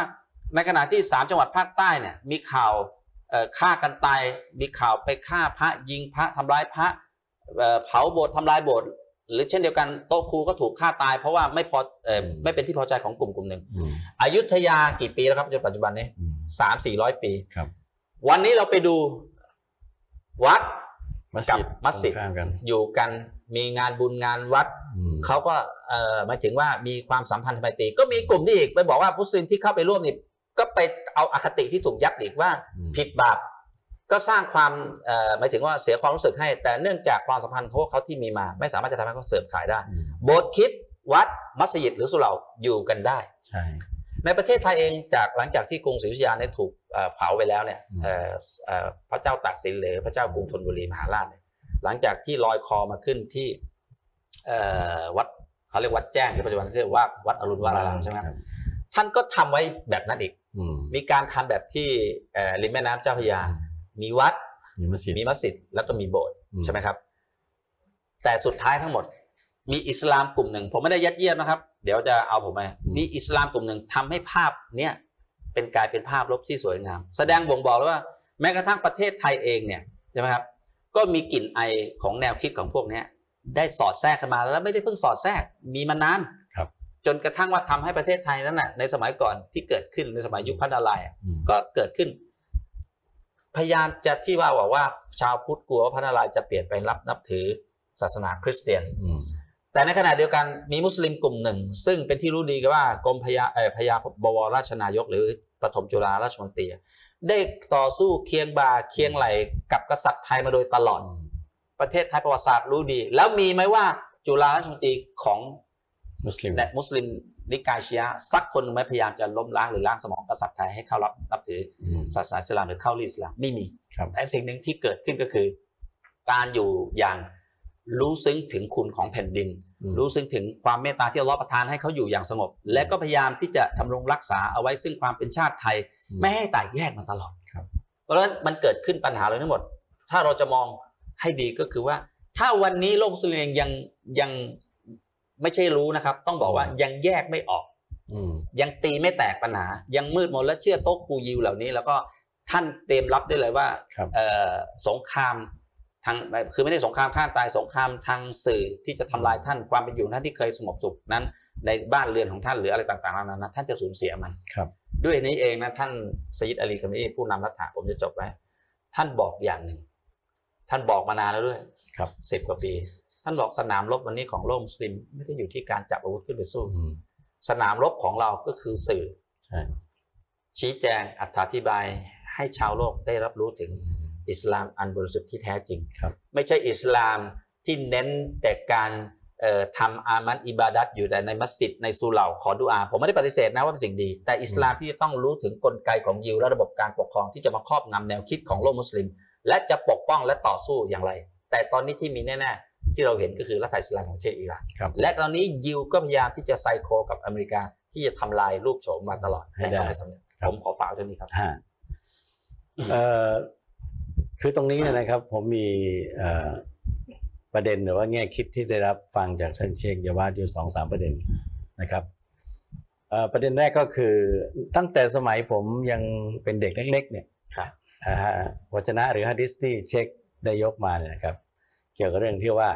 ในขณะที่สามจังหวัดภาคใต้เนี่ยมีข่าวฆ่ากันตายมีข่าวไปฆ่าพระยิงพระทำร้ายพระเผาโบสถ์ทำลายโบสถ์หรือเช่นเดียวกันโต๊ะครูก็ถูกฆ่าตายเพราะว่าไม่พอเอ่อไม่เป็นที่พอใจของกลุ่มกลุ่มหนึ่งอยุธยากี่ปีแล้วครับจนปัจจุบันนี้สามสี่ร้อยปีครับวันนี้เราไปดูวัดกับมัสยิดอยู่กันมีงานบุญงานวัดเขาก็เอ่อหมายถึงว่ามีความสัมพันธ์ทางไมตรีก็มีกลุ่มที่อีกไปบอกว่ามุสลิมที่เข้าไปร่วมนี่ก็ไปเอาอคติที่ถูกยัดอีกว่าผิดบาปก็สร้างความเอ่อหมายถึงว่าเสียความรู้สึกให้แต่เนื่องจากความสัมพันธ์ของเขาที่มีมาไม่สามารถจะทำให้เขาเสริมขายได้โบสถ์คริสต์วัดมัสยิดหรือสุเหร่าอยู่กันได้ใช่ในประเทศไทยเองจากหลังจากที่กรุงศรีอยุธยาเนี่ยถูกเผาไปแล้วเนี่ยพระเจ้าตากสินหรือพระเจ้ากรุงธนบุรีมหาราชเนี่ยหลังจากที่ลอยคอมาขึ้นที่วัดเขาเรียกวัดแจ้งหรือปัจจุบันเรียกว่าวัดอรุณวรารามใช่ไหมครับท่านก็ทำไว้แบบนั้นอีกมีการทำแบบที่ริมแม่น้ำเจ้าพระยามีวัดมีมัสยิดมีมัสยิดแล้วก็มีโบสถ์ใช่ไหมครับแต่สุดท้ายทั้งหมดมีอิสลามกลุ่มหนึ่งผมไม่ได้ยัดเยียดนะครับเดี๋ยวจะเอาผมไปมีอิสลามกลุ่มหนึ่งทำให้ภาพเนี้ยเป็นกลายเป็นภาพลบที่สวยงามแสดงบ่งบอกแล้วว่าแม้กระทั่งประเทศไทยเองเนี่ยใช่ไหมครับก็มีกลิ่นไอของแนวคิดของพวกนี้ได้สอดแทรกเข้ามาแล้วไม่ได้เพิ่งสอดแทรกมีมานานจนกระทั่งว่าทำให้ประเทศไทยนั้นน่ะในสมัยก่อนที่เกิดขึ้นในสมัยยุคพระนารายณ์ก็เกิดขึ้นพยายามจะที่ว่าบอกว่าชาวพุทธกลัวว่าพระนารายณ์จะเปลี่ยนไปรับนับถือศาสนาคริสเตียนแต่ในขณะเดียวกันมีมุสลิมกลุ่มหนึ่งซึ่งเป็นที่รู้ดีกันว่ากรมพยาเอ่อพยาบวรราชนายกหรือปฐมจุฬาราชมนตรีได้ต่อสู้เคียงบ่าเคียงไหลกับกษัตริย์ไทยมาโดยตลอดประเทศไทยประวัติศาสตร์รู้ดีแล้วมีไหมว่าจุฬาราชมนตรีของมุสลิมและมุสลิมนิกายชีอะห์สักคนไม่พยายามจะล้มล้างหรือล้างสมองกษัตริย์ไทยให้เข้ารับนับถือศาสนาอิสลามหรือเข้าอิสลามไม่มีแต่สิ่งหนึ่งที่เกิดขึ้นก็คือการอยู่อย่างรู้ซึ้งถึงคุณของแผ่นดินรู้ซึ้งถึงความเมตตาที่อัลเลาะห์ประทานให้เขาอยู่อย่างสงบและก็พยายามที่จะทำรงรักษาเอาไว้ซึ่งความเป็นชาติไทยไม่ให้แตกแยกมาตลอดเพราะฉะนั้นมันเกิดขึ้นปัญหาเลยทั้งหมดถ้าเราจะมองให้ดีก็คือว่าถ้าวันนี้โลกมุสลิมยังยังไม่ใช่รู้นะครับต้องบอกว่ายังแยกไม่ออกยังตีไม่แตกปัญหายังมืดมนและเชื่อโต๊ะครูยิวเหล่านี้แล้วก็ท่านเตรียมรับได้เลยว่าสงครามทางคือไม่ได้สงครามฆ่าตายสงครามทางสื่อที่จะทำลายท่านความเป็นอยู่ท่านที่เคยสงบสุขนั้นในบ้านเรือนของท่านหรืออะไรต่างๆนั้นนะท่านจะสูญเสียมันด้วยนี้เองนะท่านซะยิดอาลี คาเมนีผู้นำรัฐะผมจะจบไว้ท่านบอกอย่างหนึ่งท่านบอกมานานแล้วด้วยครับสิบกว่าปีท่านบอกสนามรบวันนี้ของโลกมุสลิมไม่ได้อยู่ที่การจับอาวุธขึ้นไปสู้สนามรบของเราก็คือสื่อชี้แจงอธิบายให้ชาวโลกได้รับรู้ถึงอิสลามอันบริสุทธิ์ที่แท้จริงไม่ใช่อิสลามที่เน้นแต่การทำอามันอิบาดัตอยู่แต่ในมัสยิดในซูเหล่าขอดุอาผมไม่ได้ปฏิเสธนะว่าเป็นสิ่งดีแต่อิสลามที่จะต้องรู้ถึงกลไกของยิวและระบบการปกครองที่จะมาครอบงำแนวคิดของโลกมุสลิมและจะปกป้องและต่อสู้อย่างไรแต่ตอนนี้ที่มีแน่ๆที่เราเห็นก็คือรัฐอิสลามของประเทศอิหร่านและตอนนี้ยิวก็พยายามที่จะไซโคกับอเมริกาที่จะทำลายรูปโฉมมาตลอดให้ได้สำเร็จผมขอฝากเท่านี้ครับคือตรงนี้นะครับผมมีประเด็นหรือว่าแง่คิดที่ได้รับฟังจากท่านเชคยาวาดอยู่สองสามประเด็นนะครับประเด็นแรกก็คือตั้งแต่สมัยผมยังเป็นเด็กเล็กๆเนี่ยวจนะหรือหะดีษที่เชคได้ยกมาเนี่ยนะครับเกี่ยวกับเรื่องที่ว่า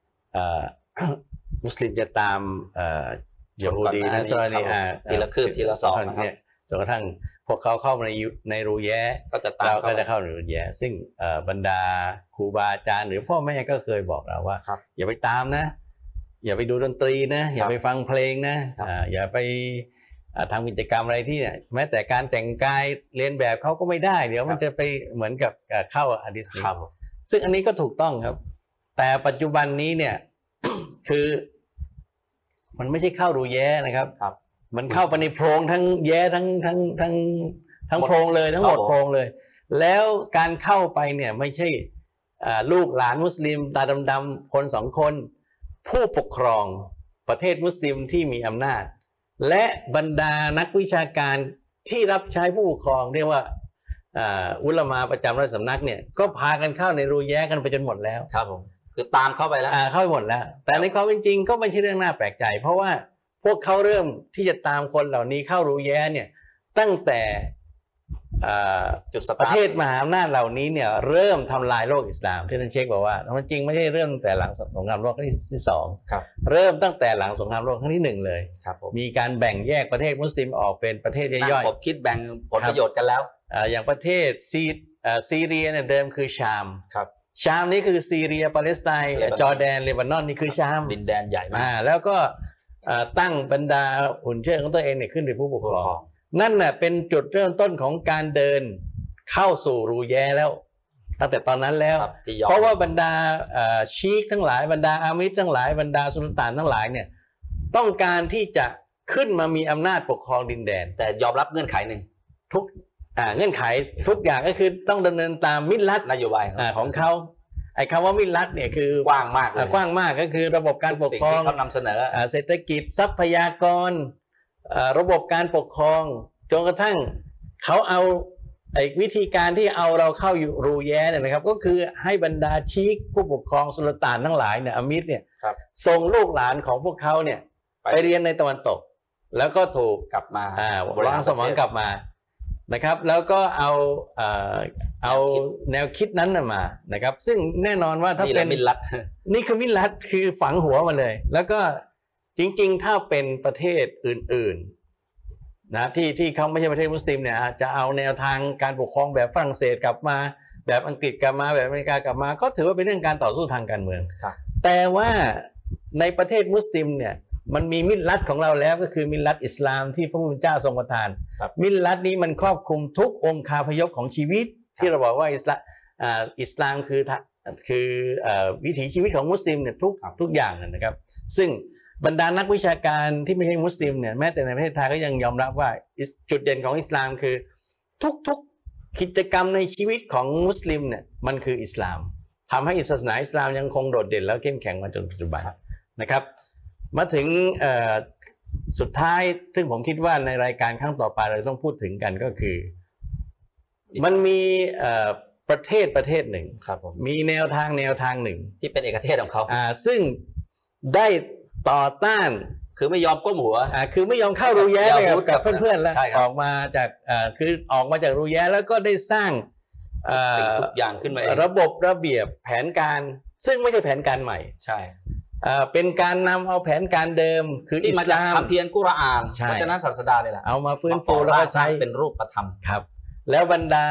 มุสลิมจะตามยะฮูดีนัสรอนีทีละคืบทีละสองนะครับจนกระทั่งพวกเขาเข้ามาในในรูแย้ก็จะตามเราก็จะเข้าในรูแย้ซึ่งบรรดาครูบาอาจารย์หรือพ่อแม่ก็เคยบอกเราว่าอย่าไปตามนะอย่าไปดูดนตรีนะอย่าไปฟังเพลงนะอย่าไปทำกิจกรรมอะไรที่เนี่ยแม้แต่การแต่งกายเรียนแบบเขาก็ไม่ได้เดี๋ยวมันจะไปเหมือนกับเข้าหะดีษซึ่งอันนี้ก็ถูกต้องครับแต่ปัจจุบันนี้เนี่ย คือมันไม่ใช่เข้ารูแย้นะครับมันเข้าไปในโพรงทั้งแย้ทั้งทั้งทั้งทั้งโพรงเลยทั้งหมดโพรงเลยแล้วการเข้าไปเนี่ยไม่ใช่ลูกหลานมุสลิมตาดำๆคนสองคนผู้ปกครองประเทศมุสลิมที่มีอำนาจและบรรดานักวิชาการที่รับใช้ผู้ปกครองเรียกว่าอุลามะประจำราชสำนักเนี่ยก็พากันเข้าในรูแย้กันไปจนหมดแล้วครับผมคือตามเข้าไปแล้วเข้าไปหมดแล้วแต่ในความเป็นจริงก็ไม่ใช่เรื่องน่าแปลกใจเพราะว่าพวกเขาเริ่มที่จะตามคนเหล่านี้เข้ารูแย้เนี่ยตั้งแต่จุดประเทศมหาอำนาจเหล่านี้เนี่ยเริ่มทำลายโลกอิสลามที่ท่านเชคบอกว่ามันจริงไม่ใช่เรื่องแต่หลังสงครามโลกครั้งที่สองเริ่มตั้งแต่หลังสงครามโลกครั้งที่หนึ่งเลยมีการแบ่งแยกประเทศมุสลิมออกเป็นประเทศย่อยๆผมคิดแบ่งผลประโยชน์กันแล้วอย่างประเทศซีซีเรียเนี่ยเดิมคือชามชามนี่คือซีเรียปาเลสไตน์จอร์แดนเลบานอนนี่คือชามดินแดนใหญ่มากแล้วก็ตั้งบรรดาหุ่นเชิดของตัวเองเนี่ยขึ้นเป็นผู้ปกครองนั่นน่ะเป็นจุดเริ่มต้นของการเดินเข้าสู่รูแย้แล้วตั้งแต่ตอนนั้นแล้วเพราะว่าบรรดาชีคทั้งหลายบรรดาอามิดทั้งหลายบรรดาสุลต่านทั้งหลายเนี่ยต้องการที่จะขึ้นมามีอำนาจปกครองดินแดนแต่ยอมรับเงื่อนไขหนึ่งทุกเงื่อนไขทุกอย่างก็คือต้องดำเนินตามมิลลัตนโยบายของเขาไอ้คำว่ามิลลัตเนี่ยคือกว้างมากเลยกว้างมากก็คือระบบการปกครองเขานำเสนอเศรษฐกิจทรัพยากรระบบการปกครองจนกระทั่งเขาเอาไอ้วิธีการที่เอาเราเข้าอยู่รูแย้เนี่ยนะครับก็คือให้บรรดาชีคผู้ปกครองสุลต่านทั้งหลายเนี่ยอามิดเนี่ยส่งลูกหลานของพวกเขาเนี่ยไปเรียนในตะวันตกแล้วก็ถูกกลับมาวางสมองกลับมานะครับแล้วก็เอาเอาแนวคิดนั้นมานะครับซึ่งแน่นอนว่าถ้าเป็นมิลลัตนี่คือมิลลัตคือฝังหัวมาเลยแล้วก็จริงๆถ้าเป็นประเทศอื่นๆนะที่ที่เขาไม่ใช่ประเทศมุสลิมเนี่ยจะเอาแนวทางการปกครองแบบฝรั่งเศสกลับมาแบบอังกฤษกลับมาแบบอเมริกากลับมาก็ถือว่าเป็นเรื่องการต่อสู้ทางการเมืองแต่ว่าในประเทศมุสลิมเนี่ยมันมีมิลลัตของเราแล้วก็คือมิลลัตอิสลามที่พระผู้เป็นเจ้าทรงประทานมิลลัตนี้มันครอบคลุมทุกองค์คาพยพของชีวิตที่เราบอกว่าอิสลามอิสลามคือคือวิถีชีวิตของมุสลิมเนี่ยทุกทุกอย่างนะครับซึ่งบรรดานักวิชาการที่ไม่ใช่มุสลิมเนี่ยแม้แต่ในประเทศไทยก็ยังยอมรับว่าจุดเด่นของอิสลามคือทุกๆกิจกรรมในชีวิตของมุสลิมเนี่ยมันคืออิสลามทำให้ศาสนาอิสลามยังคงโดดเด่นแล้วเข้มแข็งมาจนปัจจุบันนะครับมาถึงสุดท้ายซึ่งผมคิดว่าในรายการครั้งต่อไปเราต้องพูดถึงกันก็คือมันมีประเทศประเทศหนึ่งครับผมมีแนวทางแนวทางหนึ่งที่เป็นเอกเทศของเขาซึ่งได้ต่อต้านคือไม่ยอมก้มหัวคือไม่ยอมเข้ารูแย้กับเพื่อนๆแล้วออกมาจากคือออกมาจากรูแย้แล้วก็ได้สร้างทุกอย่างขึ้นมาระบบระเบียบแผนการซึ่งไม่ใช่แผนการใหม่ใช่เป็นการนำเอาแผนการเดิมคืออิสลามคัมภีร์กุรอานพระเจ้าศาสดาเนี่ยแหละเอามาฟื้นฟูแล้วก็ใช้เป็นรูปธรรมครับแล้วบรรดา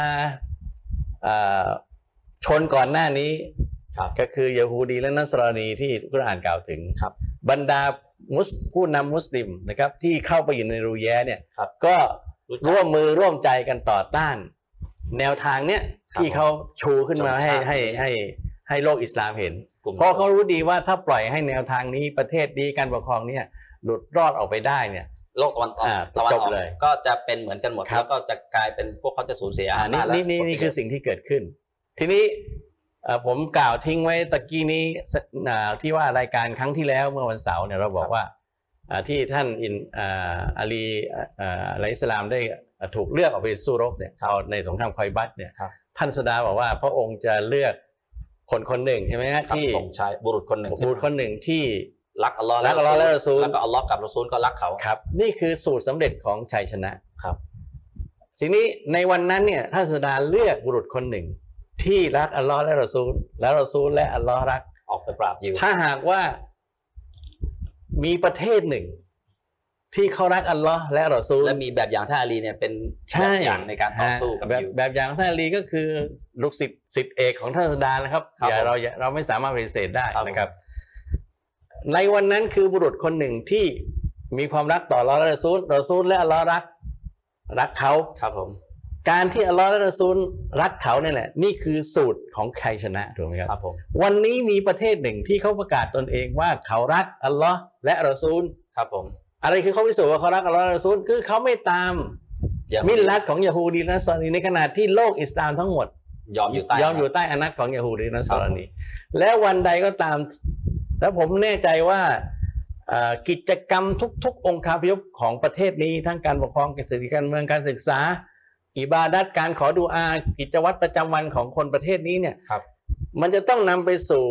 ชนก่อนหน้านี้ก็คือยะฮูดีและนัสรอนีที่กุรอานกล่าวถึงบรรดามุสผู้นำมุสลิมนะครับที่เข้าไปอยู่ในรูแย้เนี่ยก็ร่วมมือร่วมใจกันต่อต้านแนวทางเนี้ยที่เขาชูขึ้นมาให้ให้ให้ให้โลกอิสลามเห็นเพราะเขารู้ดีว่าถ้าปล่อยให้แนวทางนี้ประเทศนี้การปกครองเนี่ยหลุดรอดออกไปได้เนี่ยโลกตะวันออกตะวันออกก็จะเป็นเหมือนกันหมดแล้วก็จะกลายเป็นพวกเขาจะสูญเสียนี่นี่นี่นี่คือสิ่งที่เกิดขึ้นทีนี้ผมกล่าวทิ้งไว้ตะกี้นี้ที่ว่ารายการครั้งที่แล้วเมื่อวันเสาร์เนี่ยเราบอกว่าที่ท่านอินอาลีอะลัยฮิสสลามได้ถูกเลือกออกไปสู้รบเนี่ยในสงครามคอยบัตเนี่ยท่านสดาบอกว่าพระองค์จะเลือกคนคนหนึ่งใช่ไหมฮะที่ส่งชายบุรุษคนหนึ่งบุรุษคนหนึ่งที่รักอัลลอฮ์รักอัลลอฮ์และรอซูลแล้วก็อัลลอฮ์กับรอซูลก็รักเขาครับนี่คือสูตรสำเร็จของชัยชนะครับทีนี้ในวันนั้นเนี่ยท่านสดาเลือกบุรุษคนหนึ่งที่รักอัลลอฮ์และรอซูลและรอซูลและอัลลอฮ์รักออกไปปราบยิวถ้าหากว่ามีประเทศหนึ่งที่เขารักอัลลอฮ์และรอซูลและมีแบบอย่างท่านอาลีเนี่ยเป็นแบบอย่างในการต่อสู้กับยิวแบบอย่างท่านอาลีก็คือลูกศิษย์ศิษย์เอกของท่านสดานะครับอย่าเราเราไม่สามารถปฏิเสธได้นะครับในวันนั้นคือบุรุษคนหนึ่งที่มีความรักต่ออัลลอฮ์และรอซูลรอซูลและอัลลอฮ์รักรักเขาครับผมการที่อัลลอฮ์และรอซูลรักเขาเนี่ยแหละนี่คือสูตรของใครชนะถูกไหมครับครับผมวันนี้มีประเทศหนึ่งที่เขาประกาศตนเองว่าเขารักอัลลอฮ์และรอซูลครับผมอะไรคือเขาพิสูจน์ว่าเขารักอัลลอฮ์และรอซูลคือเขาไม่ตามมิลลัตของยะฮูดีและนัสรอนีในขณะที่โลกอิสลามทั้งหมดยอมอยู่ใต้ยอมอยู่ใต้อานัตของยะฮูดีและนัสรอนีและวันใดก็ตามแล้วผมแน่ใจว่ากิจกรรมทุกๆองค์คาพยพของประเทศนี้ทั้งการปกครองการเศรษฐกิจการเมืองการศึกษาอิบาดัตการขอดุอากิจวัตรประจำวันของคนประเทศนี้เนี่ยมันจะต้องนำไปสู่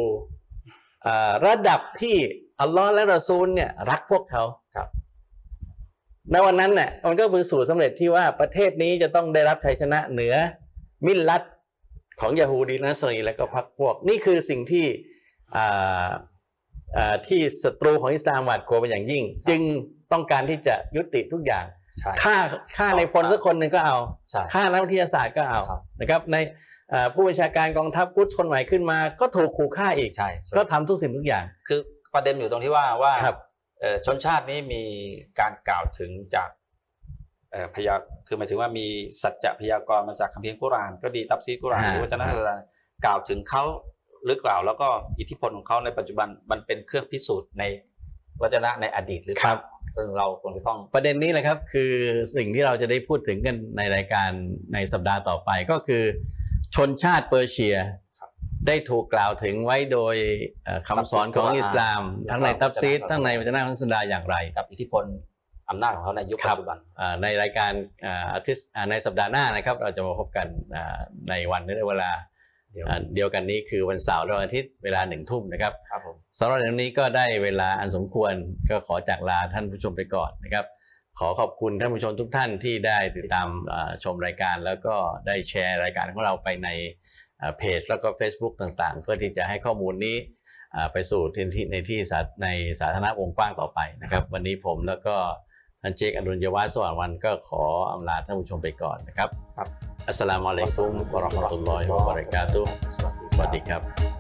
ระดับที่อัลลอฮ์และรอซูลเนี่ยรักพวกเขาในวันนั้นเนี่ยมันก็เป็นสูตรสำเร็จที่ว่าประเทศนี้จะต้องได้รับชัยชนะเหนือมิลลัตของยาฮูดีนัสรีและก็พรรคพวกนี่คือสิ่งที่ที่ศัตรูของอิสลามหวาดกลัวเป็นอย่างยิ่งจึงต้องการที่จะยุติทุกอย่างฆ่าฆ่าในพลสักคนหนึ่งก็เอาฆ่านักวิทยาศาสตร์ก็เอานะครับในผู้บัญชาการกองทัพกุดคนใหม่ขึ้นมาก็ถูกขู่ฆ่าอีกก็ทำทุกสิ่งทุกอย่างคือประเด็นอยู่ตรงที่ว่าว่าชนชาตินี้มีการกล่าวถึงจากพยาคือหมายถึงว่ามีสัจจะพยากรณ์มาจากคัมภีร์กุรอานก็ดีตัฟซีรกุรอานหรือวจนะอะไรกล่าวถึงเขาหรือกล่าวแล้วก็อิทธิพลของเขาในปัจจุบันมันเป็นเครื่องพิสูจน์ในวจนะในอดีตหรือครับซึ่งเราคงจะต้องประเด็นนี้แหละครับคือสิ่งที่เราจะได้พูดถึงกันในรายการในสัปดาห์ต่อไปก็คือชนชาติเปอร์เซียได้ถูกกล่าวถึงไว้โดยคำสอนของอิสลามทั้งในตัฟซีรทั้งในวจนะของศาสดาอย่างไรกับอิทธิพลอำนาจของเขาในยุคปัจจุบันในรายการอาทิตย์ในสัปดาห์หน้านะครับเราจะมาพบกันในวันในเวลาเดียวกันนี้คือวันเสาร์และวันอาทิตย์เวลาหนึ่งทุ่มนะครับสำหรับวันนี้ก็ได้เวลาอันสมควรก็ขอจากลาท่านผู้ชมไปก่อนนะครับขอขอบคุณท่านผู้ชมทุกท่านที่ได้ติดตามชมรายการแล้วก็ได้แชร์รายการของเราไปในเพจแล้วก็ Facebook ต่างๆเพื่อที่จะให้ข้อมูลนี้ไปสู่ที่ในที่ในสาธารณะวงกว้างต่อไปนะครับวันนี้ผมแล้วก็ท่านเจคอดุลยวาสว่างวันก็ขออำลาท่านผู้ชมไปก่อนนะครับอัสสลามุอะลัยกุมวะเราะห์มะตุลลอฮิวะบะเราะกาตุฮ์สวัสดีครับ